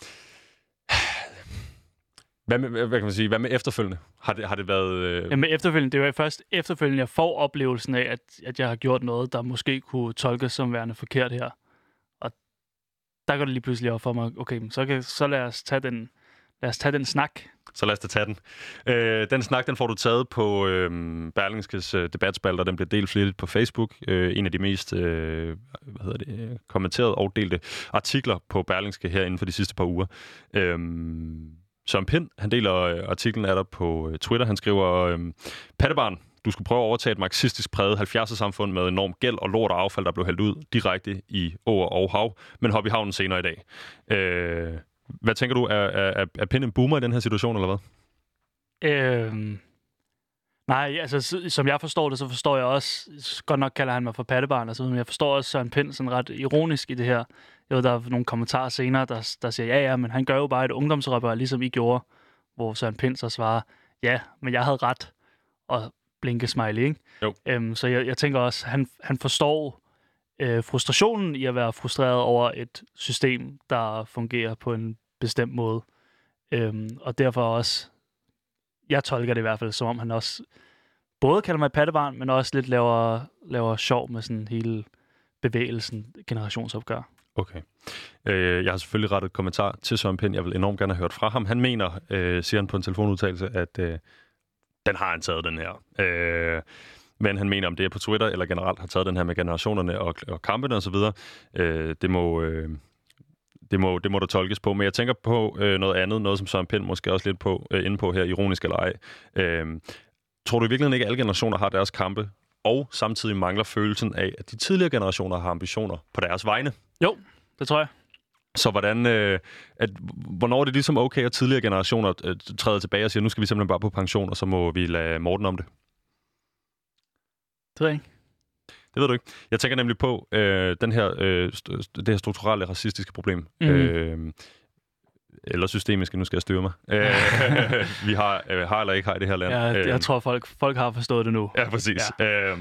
Hvad kan man sige? Hvad med efterfølgende? Har det været... Jamen efterfølgende, det er jo først efterfølgende, jeg får oplevelsen af, at jeg har gjort noget, der måske kunne tolkes som værende forkert her. Og der går det lige pludselig op for mig, okay, så lad os tage den snak. Så lad os da tage den. Den snak, den får du taget på Berlingskes debatspalter. Den bliver delt flittigt på Facebook. En af de mest kommenterede og delte artikler på Berlingske her inden for de sidste par uger. Søren Pind, han deler artiklen af der på Twitter. Han skriver, Pattebarn, du skulle prøve at overtage et marxistisk præget 70'er-samfund med enorm gæld og lort og affald, der blev hældt ud direkte i åer og hav, men hop i havnen senere i dag. Hvad tænker du? Er Pind en boomer i den her situation, eller hvad? Nej, altså som jeg forstår det, så forstår jeg også, godt nok kalder han mig for pattebarn og så videre, men jeg forstår også Søren Pind sådan ret ironisk i det her. Jeg ved, der er nogle kommentarer senere, der siger, ja, men han gør jo bare et ungdomsrøber, ligesom I gjorde, hvor Søren Pind så svarer, ja, men jeg havde ret, og blinke smiley, ikke? Jo. Så jeg tænker også, han forstår frustrationen i at være frustreret over et system, der fungerer på en bestemt måde. Og derfor også, jeg tolker det i hvert fald, som om han også både kalder mig pattebarn, men også lidt laver sjov med sådan hele bevægelsen, generationsopgør. Okay. Jeg har selvfølgelig rettet et kommentar til Søren Pind. Jeg vil enormt gerne have hørt fra ham. Han mener, siger han på en telefonudtalelse, at den har han taget, den her. Men han mener, om det er på Twitter eller generelt har taget den her med generationerne og kampene osv. Det må der tolkes på. Men jeg tænker på noget andet, noget som Søren Pind måske også lidt inde på her, ironisk eller ej. Tror du i virkeligheden ikke, at alle generationer har deres kampe, og samtidig mangler følelsen af, at de tidligere generationer har ambitioner på deres vegne? Jo, det tror jeg. Så hvornår er det ligesom okay, at tidligere generationer træder tilbage og siger, nu skal vi simpelthen bare på pension, og så må vi lade Morten om det? Det ved jeg ikke. Det ved du ikke. Jeg tænker nemlig på det her strukturelle racistiske problem. Eller systemiske, nu skal jeg styre mig. Vi har eller ikke har i det her land. Ja, jeg tror, folk har forstået det nu. Ja, præcis. Ja.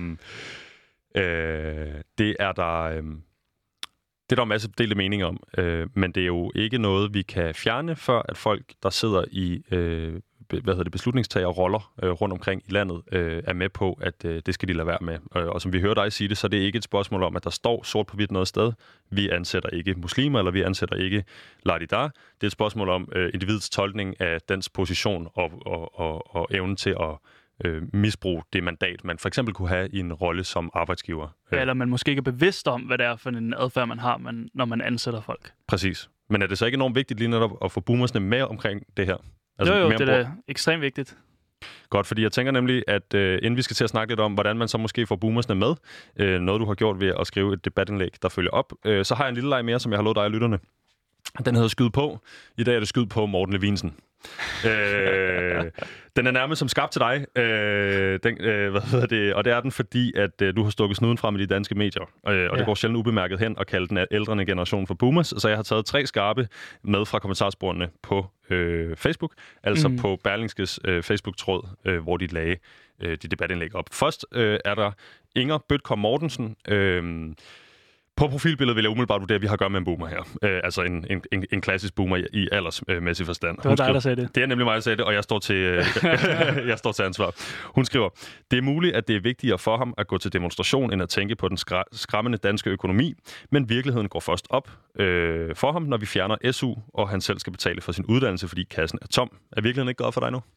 Det er der en masse delte meninger om, men det er jo ikke noget, vi kan fjerne, før at folk, der sidder i beslutningstagerroller rundt omkring i landet, er med på, at det skal de lade være med. Og som vi hører dig sige det, så er det ikke et spørgsmål om, at der står sort på hvidt noget sted. Vi ansætter ikke muslimer, eller vi ansætter ikke ladidar. Det er et spørgsmål om individets tolkning af dens position og evnen til at misbruge det mandat, man for eksempel kunne have i en rolle som arbejdsgiver. Ja, eller man måske ikke er bevidst om, hvad det er for en adfærd, man har, når man ansætter folk. Præcis. Men er det så ikke enormt vigtigt lige netop at få boomersne med omkring det her? Altså, jo, det er ekstremt vigtigt. Godt, fordi jeg tænker nemlig, at inden vi skal til at snakke lidt om, hvordan man så måske får boomersne med, noget du har gjort ved at skrive et debatindlæg, der følger op, så har jeg en lille leg mere, som jeg har lovet dig og lytterne. Den hedder Skyd på. I dag er det Skyd på Morten Levinsen. Den er nærmest som skabt til dig. Og det er den, fordi at du har stukket snuden frem i de danske medier. Og det går sjældent ubemærket hen at kalde den ældrende generation for boomers. Så jeg har taget 3 skarpe med fra kommentarsporene på Facebook. Altså på Berlingskes Facebook-tråd, hvor de lagde de debatindlæg op. Først er der Inger Bødkom Mortensen. På profilbilledet vil jeg umiddelbart vurdere, at vi har at gøre med en boomer her. Altså en klassisk boomer i aldersmæssig forstand. Det var dig, der sagde det. Det er nemlig mig, der sagde det, og jeg står til ansvar. Hun skriver, det er muligt, at det er vigtigere for ham at gå til demonstration, end at tænke på den skræmmende danske økonomi, men virkeligheden går først op for ham, når vi fjerner SU, og han selv skal betale for sin uddannelse, fordi kassen er tom. Er virkeligheden ikke godt for dig nu?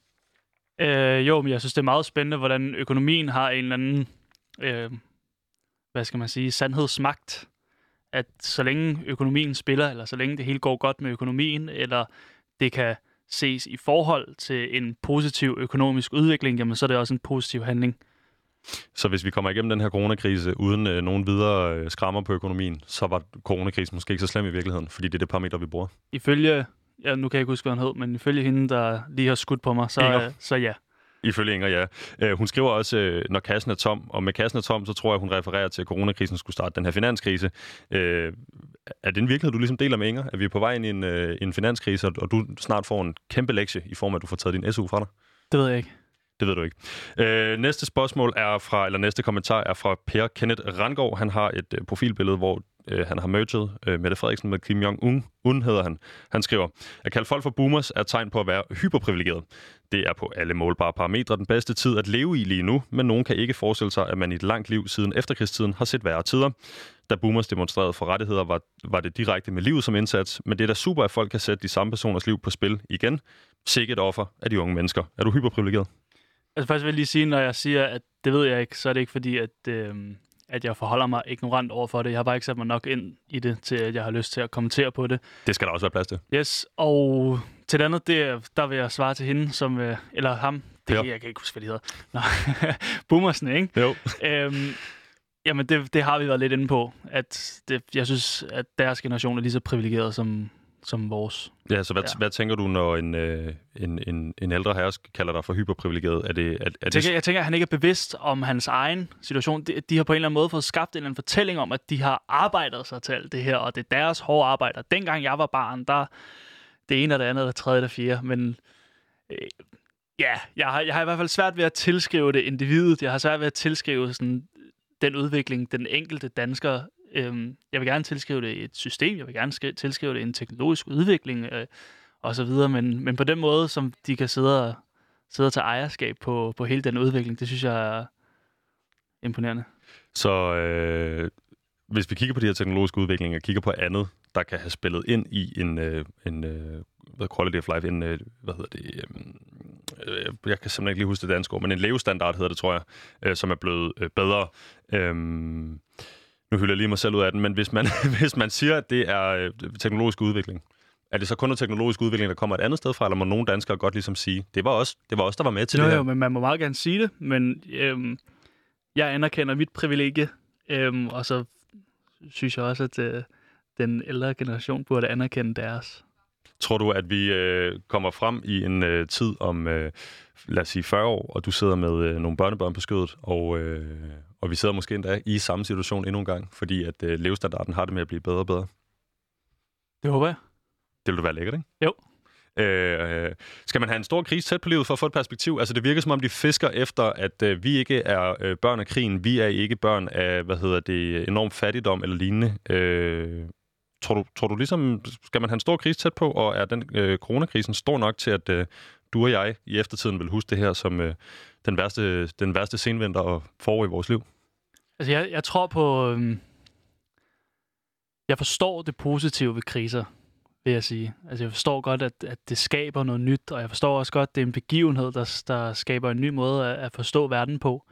Jo, men jeg synes, det er meget spændende, hvordan økonomien har en eller anden... hvad skal man sige, sandhedsmagt, at så længe økonomien spiller, eller så længe det hele går godt med økonomien, eller det kan ses i forhold til en positiv økonomisk udvikling, jamen så er det også en positiv handling. Så hvis vi kommer igennem den her coronakrise uden nogen videre skrammer på økonomien, så var coronakrisen måske ikke så slem i virkeligheden, fordi det er det parameter, vi bruger? Ifølge, nu kan jeg ikke huske, hvad hun hed, men ifølge hende, der lige har skudt på mig, så ja. Ifølge Inger, ja. Hun skriver også, når kassen er tom, og med kassen er tom, så tror jeg, hun refererer til, at coronakrisen skulle starte den her finanskrise. Er det en virkelighed, du ligesom deler med Inger? At vi er på vej ind i en finanskrise, og du snart får en kæmpe lektie i form af, at du får taget din SU fra dig? Det ved jeg ikke. Det ved du ikke. Næste spørgsmål næste kommentar er fra Per Kenneth Rangård. Han har et profilbillede, hvor han har merget Mette Frederiksen med Kim Jong-un, hedder han. Han skriver, at kalde folk for boomers er et tegn på at være hyperprivilegeret. Det er på alle målbare parametre den bedste tid at leve i lige nu, men nogen kan ikke forestille sig, at man i et langt liv siden efterkrigstiden har set værre tider. Da boomers demonstrerede for rettigheder, var det direkte med livet som indsats, men det er da super, at folk kan sætte de samme personers liv på spil igen. Sikke et offer af de unge mennesker. Er du hyperprivilegeret? Altså faktisk vil jeg lige sige, når jeg siger, at det ved jeg ikke, så er det ikke fordi, at jeg forholder mig ignorant over for det. Jeg har bare ikke sat mig nok ind i det, til at jeg har lyst til at kommentere på det. Det skal der også være plads til. Yes, og til det andet, der vil jeg svare til hende, eller ham. Jeg kan ikke huske, hvad de hedder. Boomersen, ikke? Jo. Jamen, det har vi været lidt inde på. Jeg synes, at deres generation er lige så privilegeret som som vores. Ja, så hvad tænker du, når en ældre herre kalder dig for hyperprivilegeret? Jeg tænker, at han ikke er bevidst om hans egen situation. De har på en eller anden måde fået skabt en eller anden fortælling om, at de har arbejdet sig til alt det her, og det er deres hårde arbejde. Dengang jeg var barn, der det ene og det andet, det tredje og det fjerde, men jeg har i hvert fald svært ved at tilskrive det individet. Jeg har svært ved at tilskrive sådan, den udvikling, den enkelte dansker. Jeg vil gerne tilskrive det et system, jeg vil gerne tilskrive det en teknologisk udvikling og så videre, men på den måde, som de kan sidde og tage ejerskab på hele den udvikling, det synes jeg er imponerende. Så hvis vi kigger på de her teknologiske udviklinger og kigger på andet, der kan have spillet ind i en quality of life, jeg kan simpelthen ikke lige huske det danske ord, men en levestandard hedder det, tror jeg, som er blevet bedre. Nu hylder jeg lige mig selv ud af den, men hvis man siger, at det er teknologisk udvikling, er det så kun en teknologisk udvikling, der kommer et andet sted fra, eller må nogle danskere godt ligesom sige, det var os, der var med til det her? Jo, men man må meget gerne sige det, men jeg anerkender mit privilegie, og så synes jeg også, at den ældre generation burde anerkende deres. Tror du, at vi kommer frem i en tid om, lad os sige, 40 år, og du sidder med nogle børnebørn på skødet, og vi sidder måske endda i samme situation endnu en gang, fordi at levestandarden har det med at blive bedre og bedre? Det håber jeg. Det ville være lækkert, ikke? Jo. Skal man have en stor krise tæt på livet for at få et perspektiv? Altså, det virker som om, de fisker efter, at vi ikke er børn af krigen. Vi er ikke børn af, enorm fattigdom eller lignende. Tror du ligesom, skal man have en stor krise tæt på, og er den coronakrisen stor nok til, at du og jeg i eftertiden vil huske det her som den værste senvinter og forår i vores liv? Altså, jeg tror på... Jeg forstår det positive ved kriser, vil jeg sige. Altså, jeg forstår godt, at det skaber noget nyt, og jeg forstår også godt, at det er en begivenhed, der skaber en ny måde at forstå verden på.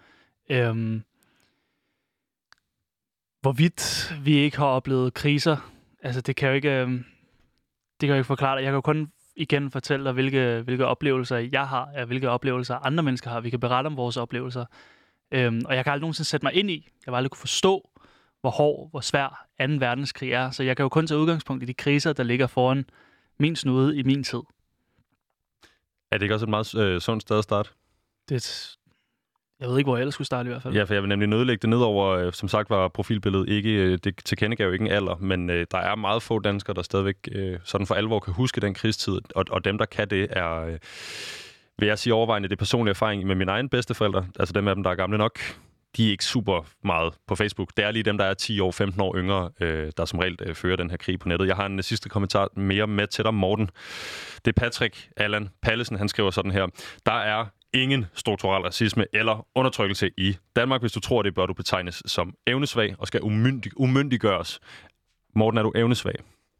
Hvorvidt vi ikke har oplevet kriser, altså det kan jo ikke forklare det. Jeg kan jo kun igen fortælle dig, hvilke oplevelser jeg har, hvilke oplevelser andre mennesker har. Vi kan berette om vores oplevelser. Og jeg kan aldrig nogensinde sætte mig ind i. Jeg vil aldrig kunne forstå, hvor hård, hvor svær 2. verdenskrig er. Så jeg kan jo kun tage udgangspunkt i de kriser, der ligger foran min snude i min tid. Er det ikke også et meget sundt sted at starte? Jeg ved ikke, hvor jeg ellers skulle starte i hvert fald. Ja, for jeg vil nemlig nødlægge det nedover. Som sagt var profilbilledet ikke, det tilkendegav ikke en alder, men der er meget få danskere, der stadigvæk sådan for alvor kan huske den krigstid, og dem, der kan det, er, vil jeg sige overvejende, det personlige erfaring med mine egne bedsteforældre, altså dem af dem, der er gamle nok. De er ikke super meget på Facebook. Det er lige dem, der er 10 år, 15 år yngre, der som regel fører den her krig på nettet. Jeg har en sidste kommentar mere med til dig, Morten. Det er Patrick Allan Pallesen, han skriver sådan her. Der er ingen strukturel racisme eller undertrykkelse i Danmark. Hvis du tror det, bør du betegnes som evnesvag og skal umyndiggøres. Morten, er du evnesvag?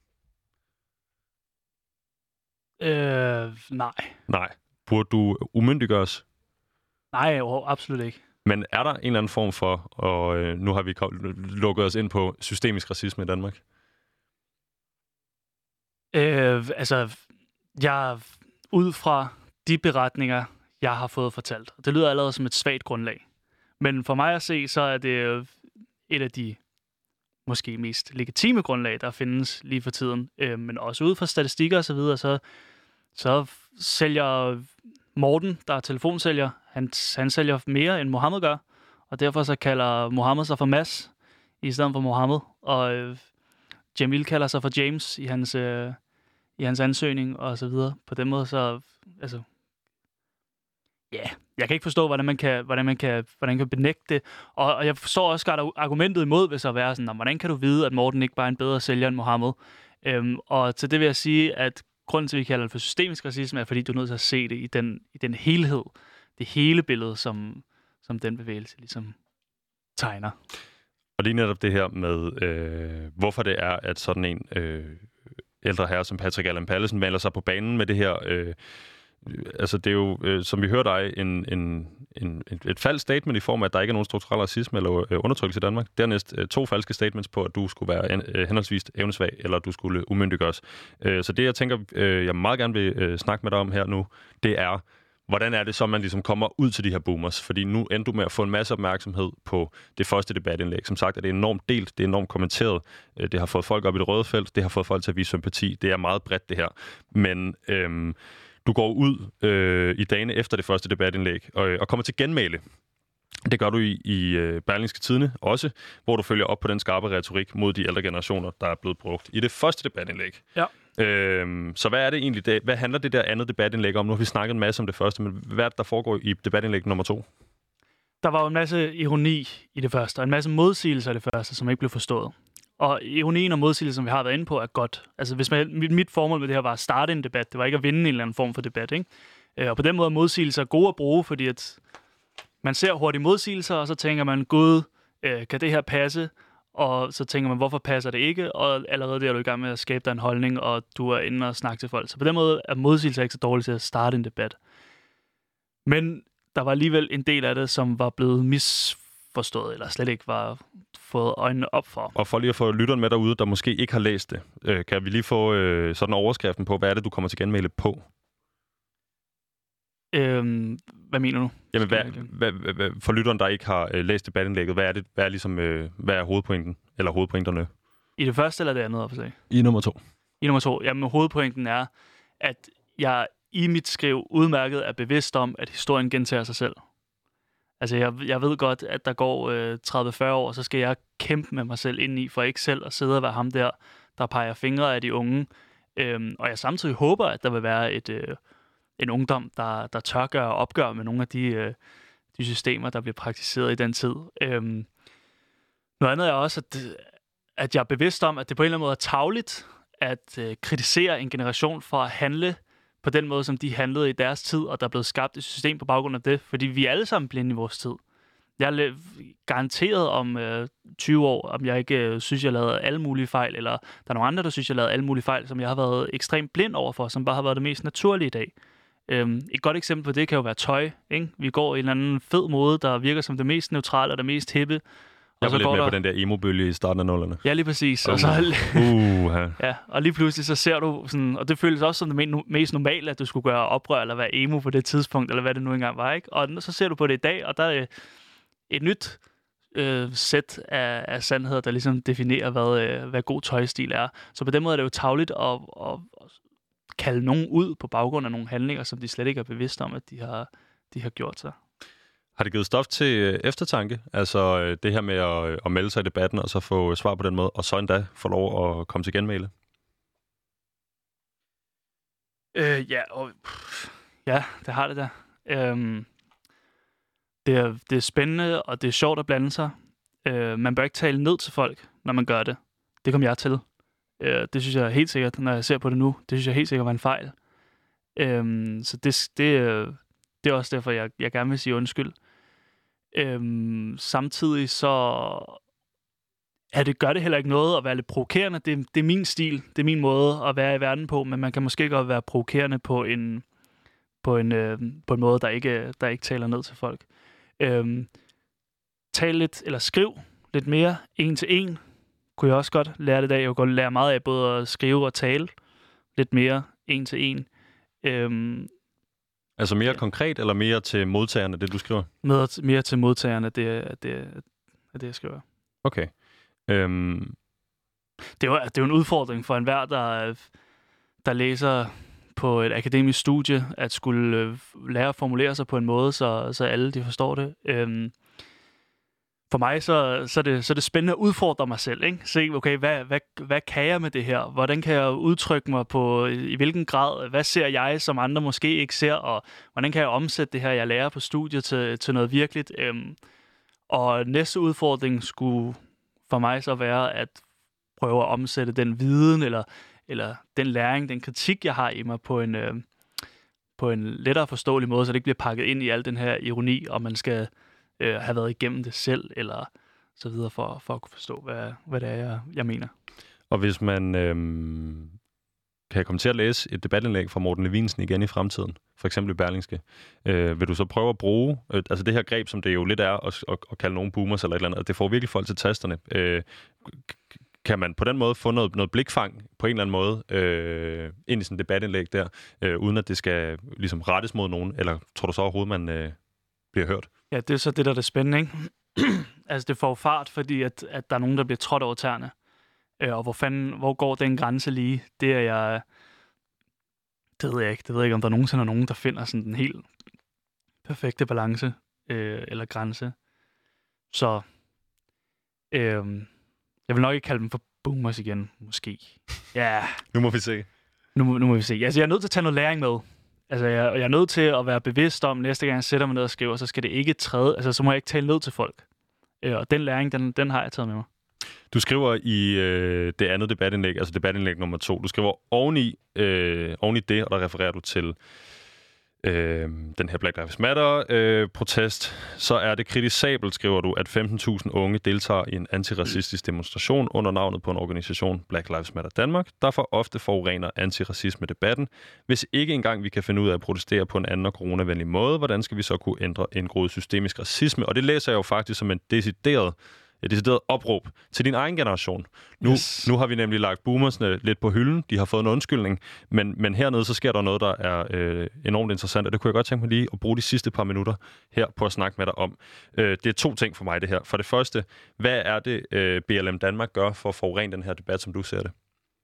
Nej. Nej. Burde du umyndiggøres? Nej, absolut ikke. Men er der en eller anden form for, og nu har vi lukket os ind på systemisk racisme i Danmark? Jeg ud fra de beretninger, jeg har fået fortalt, det lyder allerede som et svagt grundlag. Men for mig at se, så er det et af de måske mest legitime grundlag, der findes lige for tiden. Men også ud fra statistikker og så videre, så sælger Morten, der er telefonsælger, han sælger mere end Mohammed gør, og derfor så kalder Mohammed sig for Mads i stedet for Mohammed, og Jamil kalder sig for James i hans ansøgning og så videre. På den måde så altså jeg kan ikke forstå, hvordan man kan benægte det, og jeg forstår også godt argumentet imod, hvis at være sådan, hvordan kan du vide, at Morten ikke bare er en bedre sælger end Mohammed? Og til det vil jeg sige, at grunden til, at vi kalder det for systemisk racisme, er, fordi du er nødt til at se det i den helhed, det hele billede, som den bevægelse ligesom tegner. Og lige netop det her med, hvorfor det er, at sådan en ældre herre som Patrick Allan Pallesen maler sig på banen med det her. Altså det er jo, som vi hørte dig, et falsk statement i form af, at der ikke er nogen strukturel racisme eller undertrykkelse i Danmark. Dernæst 2 falske statements på, at du skulle være henholdsvis evnesvag, eller at du skulle umyndiggøres. Så det, jeg tænker, jeg meget gerne vil snakke med dig om her nu, det er, hvordan er det så, man ligesom kommer ud til de her boomers? Fordi nu endte du med at få en masse opmærksomhed på det første debatindlæg. Som sagt er det enormt delt, det er enormt kommenteret. Det har fået folk op i det røde felt, det har fået folk til at vise sympati. Det er meget bredt, det her. Men du går ud i dagene efter det første debatindlæg og kommer til genmæle. Det gør du i Berlingske Tidende også, hvor du følger op på den skarpe retorik mod de ældre generationer, der er blevet brugt i det første debatindlæg. Ja. Så hvad er det egentlig, hvad handler det der andet debatindlæg om? Nu har vi snakket en masse om det første, men hvad er det, der foregår i debatindlæg nummer 2? Der var jo en masse ironi i det første, og en masse modsigelser i det første, som ikke blev forstået. Og ironien og modsigelser, som vi har været inde på, er godt. Altså, hvis mit formål med det her var at starte en debat, det var ikke at vinde en eller anden form for debat, ikke? Og på den måde er modsigelser gode at bruge, fordi at man ser hurtigt modsigelser, og så tænker man, gud, kan det her passe? Og så tænker man, hvorfor passer det ikke? Og allerede der er du i gang med at skabe dig en holdning, og du er inde og snakke til folk. Så på den måde er modsigelser ikke så dårligt til at starte en debat. Men der var alligevel en del af det, som var blevet misforstået, eller slet ikke var fået øjnene op for. Og for lige at få lytteren med derude, der måske ikke har læst det, kan vi lige få sådan overskriften på, hvad er det, du kommer til genmæle på? Hvad mener du? Jamen, hvad, for lytteren, der ikke har læst debatindlægget, hvad er hovedpointen, eller hovedpointerne? I det første eller det andet, op at sige? I nummer 2. I nummer 2. Jamen, hovedpointen er, at jeg i mit skriv udmærket er bevidst om, at historien gentager sig selv. Altså, jeg ved godt, at der går 30-40 år, så skal jeg kæmpe med mig selv ind i, for ikke selv at sidde og være ham der peger fingre af de unge. Og jeg samtidig håber, at der vil være en ungdom, der tør gøre opgør med nogle af de systemer, der bliver praktiseret i den tid. Noget andet er også, at jeg er bevidst om, at det på en eller anden måde er tarveligt at kritisere en generation for at handle på den måde, som de handlede i deres tid, og der er blevet skabt et system på baggrund af det, fordi vi er alle sammen blinde i vores tid. Jeg er garanteret om 20 år, om jeg ikke synes, jeg lavede alle mulige fejl, eller der er nogle andre, der synes, jeg lavede alle mulige fejl, som jeg har været ekstremt blind overfor, som bare har været det mest naturlige i dag. Et godt eksempel på det kan jo være tøj. Ikke? Vi går i en eller anden fed måde, der virker som det mest neutrale og det mest hippe. Jeg var lidt med på den der emo-bølge i starten af nullerne. Ja, lige præcis. Og, ja, og lige pludselig så ser du sådan, og det føles også som det mest normale, at du skulle gøre oprør eller være emo på det tidspunkt, eller hvad det nu engang var. Ikke? Og så ser du på det i dag, og der er et nyt sæt af sandheder, der ligesom definerer, hvad god tøjstil er. Så på den måde er det jo tarveligt at kalde nogen ud på baggrund af nogle handlinger, som de slet ikke er bevidste om, at de har gjort sig. Har det givet stof til eftertanke? Altså det her med at melde sig i debatten, og så få svar på den måde, og så endda få lov at komme til genmæle? Ja, det har det da. Det er spændende, og det er sjovt at blande sig. Man bør ikke tale ned til folk, når man gør det. Det kom jeg til. Det synes jeg helt sikkert, når jeg ser på det nu, det synes jeg helt sikkert var en fejl. Så det er også derfor, jeg gerne vil sige undskyld. Samtidig så gør det heller ikke noget at være lidt provokerende. Det er min stil, det er min måde at være i verden på, men man kan måske godt være provokerende på en måde, der ikke taler ned til folk. Tal lidt, eller skriv lidt mere en til en. Kunne jeg også godt lære det i dag. Jeg kunne godt lære meget af både at skrive og tale lidt mere en til en. Altså mere konkret, eller mere til modtagerne, det du skriver? Mere til modtagerne, det er det, jeg skriver. Okay. Det er jo en udfordring for enhver, der læser på et akademisk studie, at skulle lære at formulere sig på en måde, så alle de forstår det. For mig så er det spændende at udfordre mig selv, ikke? Se, okay, hvad kan jeg med det her? Hvordan kan jeg udtrykke mig på, i hvilken grad? Hvad ser jeg, som andre måske ikke ser? Og hvordan kan jeg omsætte det her, jeg lærer på studiet, til noget virkeligt? Og næste udfordring skulle for mig så være at prøve at omsætte den viden, eller den læring, den kritik, jeg har i mig på en lettere forståelig måde, så det ikke bliver pakket ind i al den her ironi, og man skal have været igennem det selv, eller så videre, for at kunne forstå, hvad det er, jeg mener. Og hvis man kan komme til at læse et debatindlæg fra Morten Levinsen igen i fremtiden, for eksempel i Berlingske, vil du så prøve at bruge, altså det her greb, som det jo lidt er, at kalde nogen boomers eller et eller andet, det får virkelig folk til tasterne. kan man på den måde få noget blikfang på en eller anden måde ind i sådan et debatindlæg der, uden at det skal ligesom rettes mod nogen? Eller tror du så overhovedet, man bliver hørt? Ja, det er så det, der er det spændende, ikke? Altså, det får fart, fordi at der er nogen, der bliver trådt over tæerne. Og hvor går den grænse lige? Det er jeg... Det ved jeg ikke. Det ved jeg ikke, om der nogensinde er nogen, der finder sådan den helt perfekte balance eller grænse. Så jeg vil nok ikke kalde dem for boomers igen, måske. Ja. Nu må vi se. Nu må vi se. Altså, jeg er nødt til at tage noget læring med. Altså, jeg er nødt til at være bevidst om, næste gang jeg sætter mig ned og skriver, så skal det ikke træde. Altså, så må jeg ikke tale ned til folk. Og den læring, den har jeg taget med mig. Du skriver i det andet debatindlæg, altså debatindlæg nummer 2, du skriver oven i det, og der refererer du til den her Black Lives Matter-protest, så er det kritisabelt, skriver du, at 15.000 unge deltager i en antiracistisk demonstration under navnet på en organisation, Black Lives Matter Danmark, der for ofte forurener antiracisme-debatten. Hvis ikke engang vi kan finde ud af at protestere på en anden og coronavenlig måde, hvordan skal vi så kunne ændre indgroet systemisk racisme? Og det læser jeg jo faktisk som et decideret opråb til din egen generation. Nu har vi nemlig lagt boomersne lidt på hylden. De har fået en undskyldning. Men hernede, så sker der noget, der er enormt interessant, og det kunne jeg godt tænke mig lige at bruge de sidste par minutter her på at snakke med dig om. Det er 2 ting for mig, det her. For det første, hvad er det, BLM Danmark gør for at forurene den her debat, som du ser det?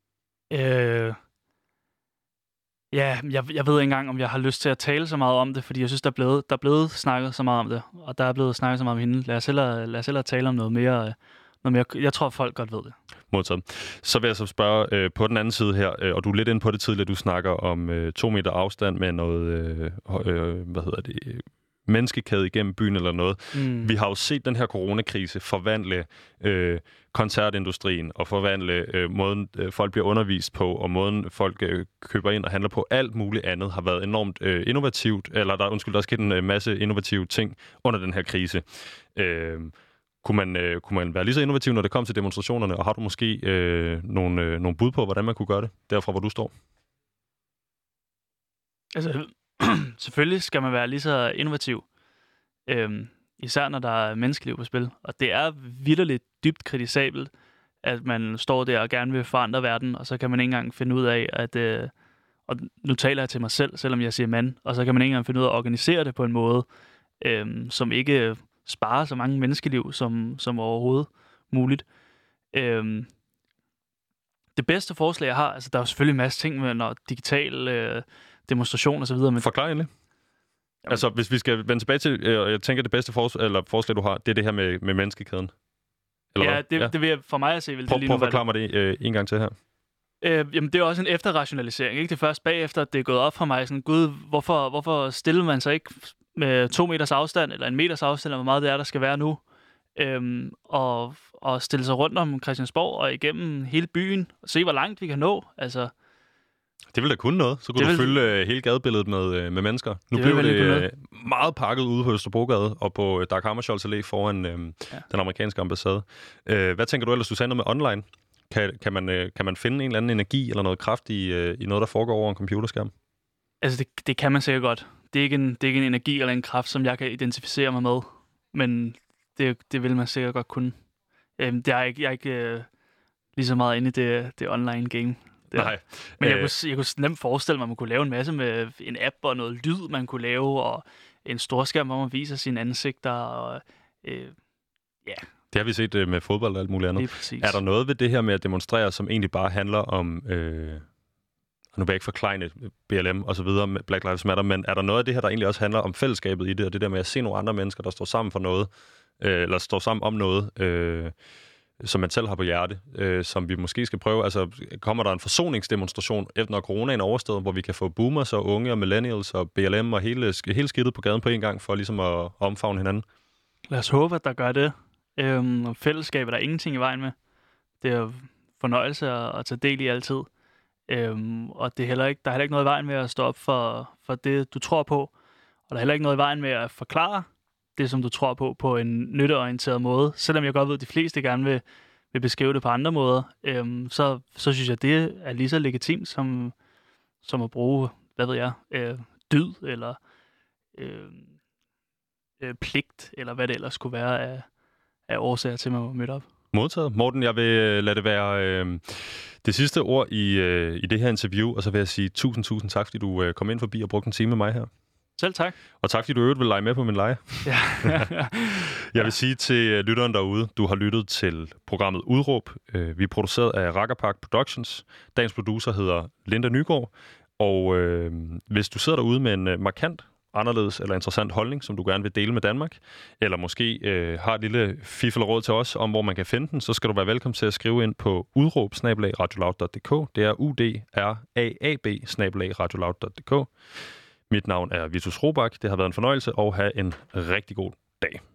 Ja, jeg ved ikke engang, om jeg har lyst til at tale så meget om det, fordi jeg synes, der er blevet snakket så meget om det, og der er blevet snakket så meget om hende. Lad os hellere tale om noget mere. Jeg tror, folk godt ved det. Modtaget. Så vil jeg så spørge på den anden side her, og du er lidt inde på det tidligere, du snakker om 2 meter afstand med noget, menneskekæde igennem byen eller noget. Vi har jo set den her coronakrise forvandle koncertindustrien og forvandle måden folk bliver undervist på, og måden folk køber ind og handler på. Alt muligt andet har været enormt innovativt, eller der er sket en masse innovative ting under den her krise. Kunne man være lige så innovativ, når det kom til demonstrationerne, og har du måske nogle bud på, hvordan man kunne gøre det, derfra hvor du står? Altså, selvfølgelig skal man være lige så innovativ. Især når der er menneskeliv på spil. Og det er vitterligt dybt kritisabelt, at man står der og gerne vil forandre verden, og så kan man ikke engang finde ud af, at... og nu taler jeg til mig selv, selvom jeg siger mand, og så kan man ikke engang finde ud af at organisere det på en måde, som ikke sparer så mange menneskeliv som overhovedet muligt. Det bedste forslag, jeg har... Altså, der er jo selvfølgelig en masse ting med når digital demonstration og så videre. Men... Forklar endelig. Altså, hvis vi skal vende tilbage til, jeg tænker, det bedste forslag, du har, det er det her med menneskekæden. Eller det vil jeg for mig at se. Prøv at forklare mig det en gang til her. Jamen, det er også en efterrationalisering. Ikke? Det er først bagefter, at det er gået op for mig. Sådan, Gud, hvorfor stiller man sig ikke med 2 meters afstand, eller 1 meters afstand, eller hvor meget det er, der skal være nu, og stille sig rundt om Christiansborg og igennem hele byen, og se, hvor langt vi kan nå. Altså... Det ville da kunne noget. Så kunne du fylde hele gadebilledet med mennesker. Nu blev det meget pakket ude på Østerbrogade og på Dag Hammarskjolds Allé foran den amerikanske ambassade. Hvad tænker du ellers, du sagde noget med online? Kan man finde en eller anden energi eller noget kraft i noget, der foregår over en computerskærm? Altså, det kan man sikkert godt. Det er ikke en energi eller en kraft, som jeg kan identificere mig med. Men det vil man sikkert godt kunne. Jeg er ikke lige så meget inde i det online game. Nej. Men jeg kunne nemt forestille mig, at man kunne lave en masse med en app og noget lyd, man kunne lave, og en storskærm, hvor man viser sine ansigter. Og, Det har vi set med fodbold og alt muligt andet. Er der noget ved det her med at demonstrere, som egentlig bare handler om, nu vil jeg ikke forklejne BLM og så videre med Black Lives Matter, men er der noget af det her, der egentlig også handler om fællesskabet i det, og det der med at se nogle andre mennesker, der står sammen for noget, eller står sammen om noget, som man selv har på hjerte, som vi måske skal prøve. Altså, kommer der en forsoningsdemonstration efter når coronaen er overstået, hvor vi kan få boomers og unge og millennials og BLM og hele skidtet på gaden på en gang, for ligesom at omfavne hinanden? Lad os håbe, at der gør det. Fællesskabet er der ingenting i vejen med. Det er fornøjelse at tage del i altid. Og der er heller ikke noget i vejen med at stå op for det, du tror på. Og der er heller ikke noget i vejen med at forklare det, som du tror på en nytteorienteret måde. Selvom jeg godt ved, at de fleste gerne vil beskrive det på andre måder, så synes jeg, det er lige så legitimt som at bruge, hvad ved jeg, dyd eller pligt, eller hvad det ellers skulle være af årsager til, at man var mødt op. Modtaget. Morten, jeg vil lade det være det sidste ord i det her interview, og så vil jeg sige tusind tak, fordi du kom ind forbi og brugte en time med mig her. Selv tak. Og tak, fordi du øvrigt vil lege med på min lege. Ja. Jeg vil sige til lytteren derude, du har lyttet til programmet Udråb. Vi er produceret af Rakkerpark Productions. Dagens producer hedder Linda Nygaard. Og hvis du sidder derude med en markant, anderledes eller interessant holdning, som du gerne vil dele med Danmark, eller måske har et lille fif eller råd til os om, hvor man kan finde den, så skal du være velkommen til at skrive ind på udråb@radioloud.dk. Det er udraab@radioloud.dk. Mit navn er Vitus Robak. Det har været en fornøjelse, og have en rigtig god dag.